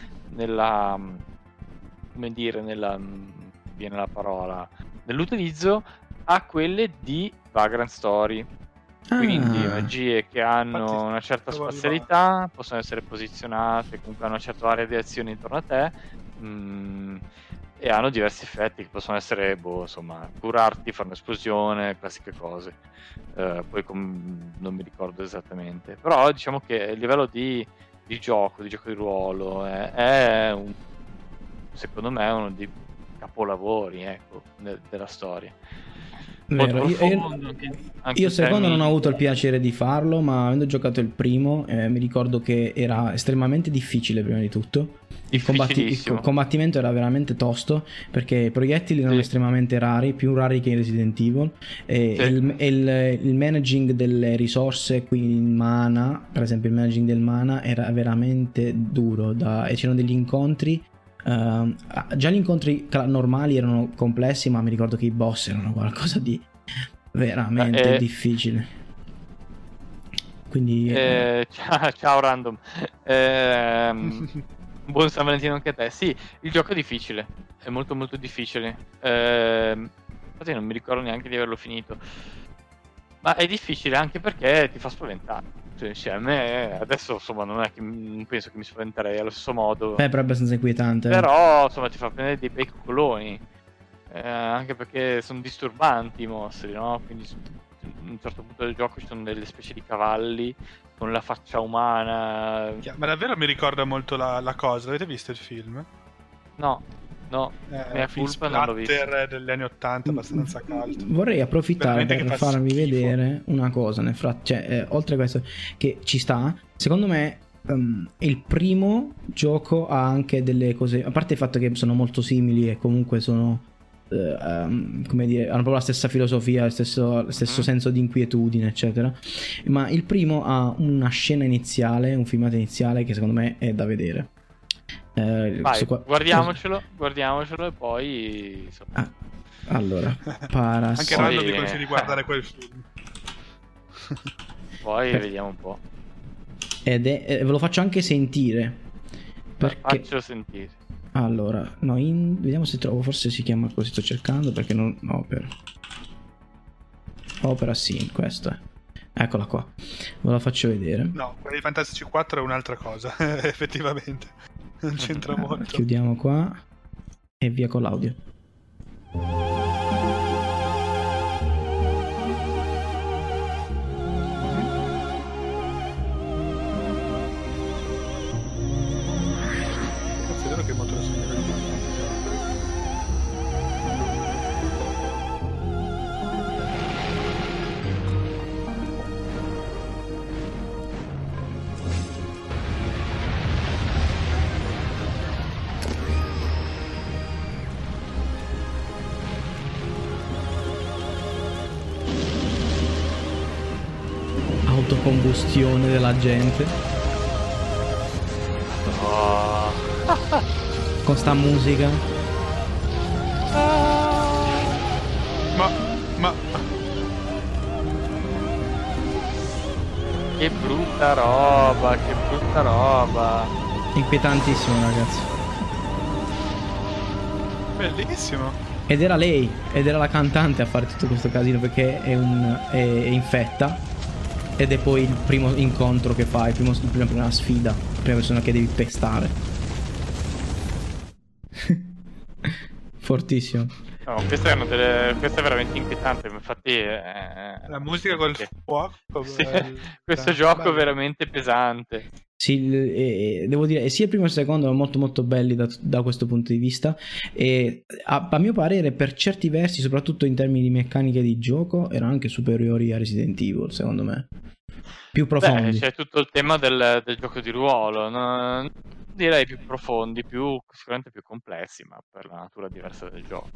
nella come dire, nella, viene la parola, nell'utilizzo a quelle di Vagrant Story. Quindi Ah, magie che hanno Infatti, una certa stavo spazialità, possono essere posizionate, comunque hanno una certa area di azione intorno a te, mm, e hanno diversi effetti che possono essere, boh, insomma, curarti, fare un'esplosione, classiche cose. Eh, poi com- non mi ricordo esattamente. Però diciamo che il livello di, di gioco, di gioco di ruolo, è, è un, secondo me uno dei capolavori, ecco, de- della storia. vero. Molto Io, io- profondo, anche- anche io in secondo non termini- ho avuto il piacere di farlo, ma avendo giocato il primo, eh, mi ricordo che era estremamente difficile prima di tutto. Il, combatti- il Difficilissimo. co- combattimento era veramente tosto perché i proiettili erano Sì. estremamente rari, più rari che in Resident Evil, e Sì. il, e il- il managing delle risorse qui in mana, per esempio il managing del mana era veramente duro da- e c'erano degli incontri. ehm, ah, già gli incontri cla- normali erano complessi, ma mi ricordo che i boss erano qualcosa di veramente Eh, difficile. Quindi eh, Eh, ciao, ciao random. Ehm, buon San Valentino anche a te. Sì, il gioco è difficile, è molto molto difficile. Ehm, infatti non mi ricordo neanche di averlo finito. Ma è difficile anche perché ti fa spaventare. Cioè, sì, a me adesso insomma non è che non penso che mi spaventerei allo stesso modo. beh, però è abbastanza inquietante. Però insomma ti fa prendere dei bei coccoloni. Eh, anche perché sono disturbanti i mostri, no? Quindi su- a un certo punto del gioco ci sono delle specie di cavalli con la faccia umana. Ma davvero mi ricorda molto la, la cosa. Avete visto il film? No, no, Eh, mea un film culpa, non l'ho visto. splatter degli anni ottanta, abbastanza caldo. Vorrei approfittare Veramente per che fa farvi schifo. vedere una cosa nel frat- cioè, eh, oltre a questo che ci sta, secondo me ehm, il primo gioco ha anche delle cose, a parte il fatto che sono molto simili e comunque sono eh, ehm, come dire, hanno proprio la stessa filosofia, lo stesso, lo stesso Mhm. senso di inquietudine, eccetera. Ma il primo ha una scena iniziale, un filmato iniziale che secondo me è da vedere. Eh, Vai, questo qua- guardiamocelo, guardiamocelo e poi insomma, Ah, allora, Anche Parasite. Rando Poi- vi consiglio di guardare quel film. poi per- vediamo un po'. Ed è, eh, ve lo faccio anche sentire. Perché Faccio sentire. allora, no, in- vediamo se trovo, forse si chiama così, sto cercando perché non opera. Opera sì, questo è. Eccola qua. Ve la faccio vedere. No, quelli di Fantastici quattro è un'altra cosa, effettivamente. Non c'entra Ah, molto. chiudiamo qua e via con l'audio. È vero che è molto da segnare. Autocombustione della gente Oh. con sta musica. Ma, ma, che brutta roba, che brutta roba. Inquietantissimo, ragazzi. Bellissimo. Ed era lei, ed era la cantante a fare tutto questo casino, perché è, un, è, è infetta. Ed è poi il primo incontro che fai, il primo, la prima, prima sfida, la prima persona che devi pestare. Fortissimo. No, queste erano delle... questo è veramente inquietante, infatti... eh, La musica col che- fuoco. sì, bella. questo gioco è Bello. veramente pesante. Sì, e- e devo dire, e sia il primo che il secondo erano molto molto belli da, da questo punto di vista e a, a mio parere per certi versi, soprattutto in termini di meccaniche di gioco, erano anche superiori a Resident Evil, secondo me. Più Beh, profondi. c'è tutto il tema del, del gioco di ruolo, no? Direi più profondi, più, sicuramente più complessi, ma per la natura diversa del gioco.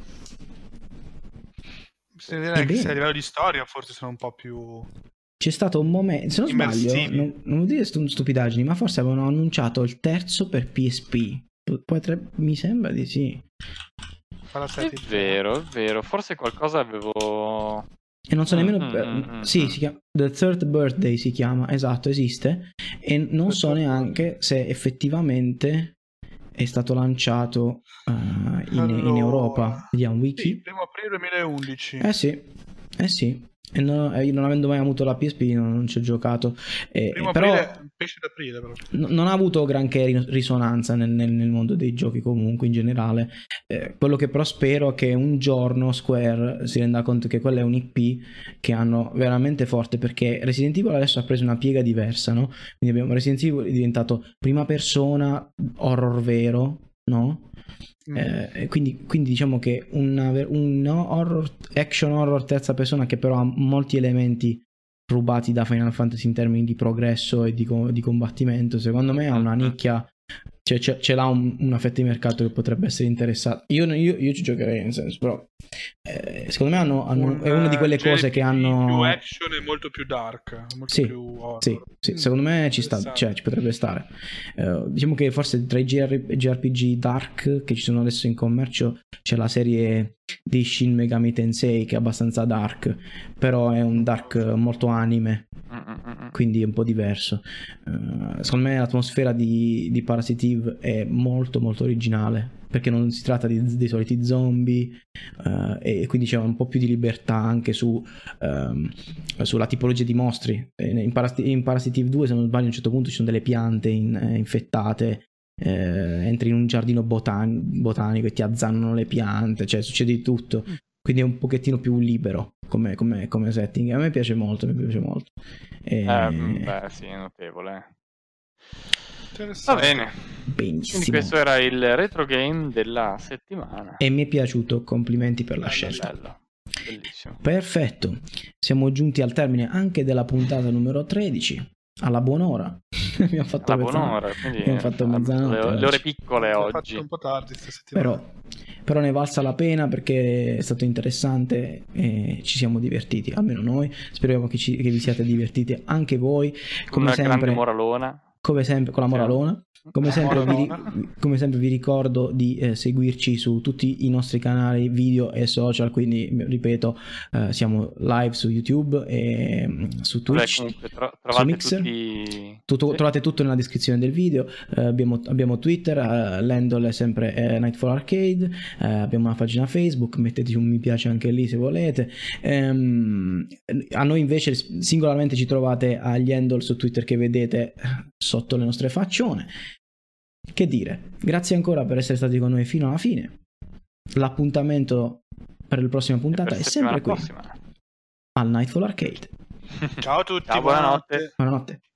Bisogna dire che Ebbene. se a livello di storia forse sono un po' più... C'è stato un momento, se non sbaglio, Immersivi. non, non vuol dire stu- stupidaggini, ma forse avevano annunciato il terzo per P S P. P- Potrebbe, mi sembra di sì. Fa la È setting. vero, è vero, forse qualcosa avevo... E non so Mm, nemmeno. mm, per- mm, mm, sì, mm. si chiama The Third Birthday si chiama, esatto, esiste. E non The so Third neanche se effettivamente è stato lanciato eh, in, in Allora. Europa. Vediamo wiki. Sì, primo aprile duemilaundici. Eh sì, eh sì. E no- e io non avendo mai avuto la P S P non, non ci ho giocato. Eh, Primo però aprile, pesce d'aprile però. n- non ha avuto granché ri- risonanza nel, nel- nel mondo dei giochi comunque in generale. Eh, quello che però spero è che un giorno Square si renda conto che quella è un I P che hanno veramente forte, perché Resident Evil adesso ha preso una piega diversa, no? Quindi abbiamo Resident Evil è diventato prima persona, horror vero, no? Mm. Eh, e quindi, quindi diciamo che una, ver- un horror, action horror terza persona che però ha molti elementi rubati da Final Fantasy in termini di progresso e di, co- di combattimento, secondo me ha una nicchia, cioè ce, ce l'ha un- una fetta di mercato che potrebbe essere interessata. Io, io, io ci giocherei, nel senso, però eh, secondo me hanno, hanno- Un, è una di quelle eh, cose che J P G hanno... più action e molto più dark, molto Sì, più horror. Sì, sì, Mm, secondo me ci sta, interessante. cioè ci potrebbe stare. Eh, diciamo che forse tra i G R G R P G dark che ci sono adesso in commercio c'è la serie di Shin Megami Tensei che è abbastanza dark, però è un dark molto anime, Mm, mm, mm, mm. quindi è un po' diverso. Eh, secondo me l'atmosfera di, di Parasite Eve è molto molto originale, perché non si tratta di- dei soliti zombie, eh, e quindi c'è un po' più di libertà anche su, ehm, sulla tipologia di mostri. Eh, In, Paras- in Parasite Eve due, se non sbaglio, a un certo punto ci sono delle piante in- eh, infettate. eh, entri in un giardino botan- botanico e ti azzannano le piante, cioè succede di tutto. Quindi è un pochettino più libero come, come- come setting. A me piace molto, mi piace molto. E- Eh, mm, beh, sì, è notevole. Va Interessante. bene, quindi benissimo. questo era il retro game della settimana. E mi è piaciuto, complimenti per la Bello, scelta. bello, bellissimo. Perfetto, siamo giunti al termine anche della puntata numero tredici. Alla buon'ora. Abbiamo fatto Alla mezzanotte. buon'ora, quindi Abbiamo fatto eh, mezzanotte le, le oggi. ore piccole Ho oggi. fatto un po' tardi questa settimana. Però, però ne è valsa la pena, perché è stato interessante e ci siamo divertiti, almeno noi. Speriamo che, ci- che vi siate divertiti anche voi. Come Una sempre, grande moralona. come sempre con la moralona. Come sempre, vi, Moralona. come sempre vi ricordo di eh, seguirci su tutti i nostri canali video e social, quindi ripeto, eh, siamo live su YouTube e mm, su Vabbè, Twitch, comunque tro- su trovate Mixer. tutti... Tutto- Sì. Trovate tutto nella descrizione del video. Eh, abbiamo, abbiamo Twitter, eh, l'handle è sempre eh, Nightfall Arcade, eh, abbiamo una pagina Facebook, metteteci un mi piace anche lì se volete. Ehm, a noi invece singolarmente ci trovate agli handle su Twitter che vedete sotto le nostre faccione. Che dire, grazie ancora per essere stati con noi fino alla fine. L'appuntamento per la prossima puntata Per è settimana sempre qui prossima. al Nightfall Arcade. Ciao a tutti, Ciao, buonanotte. Buonanotte.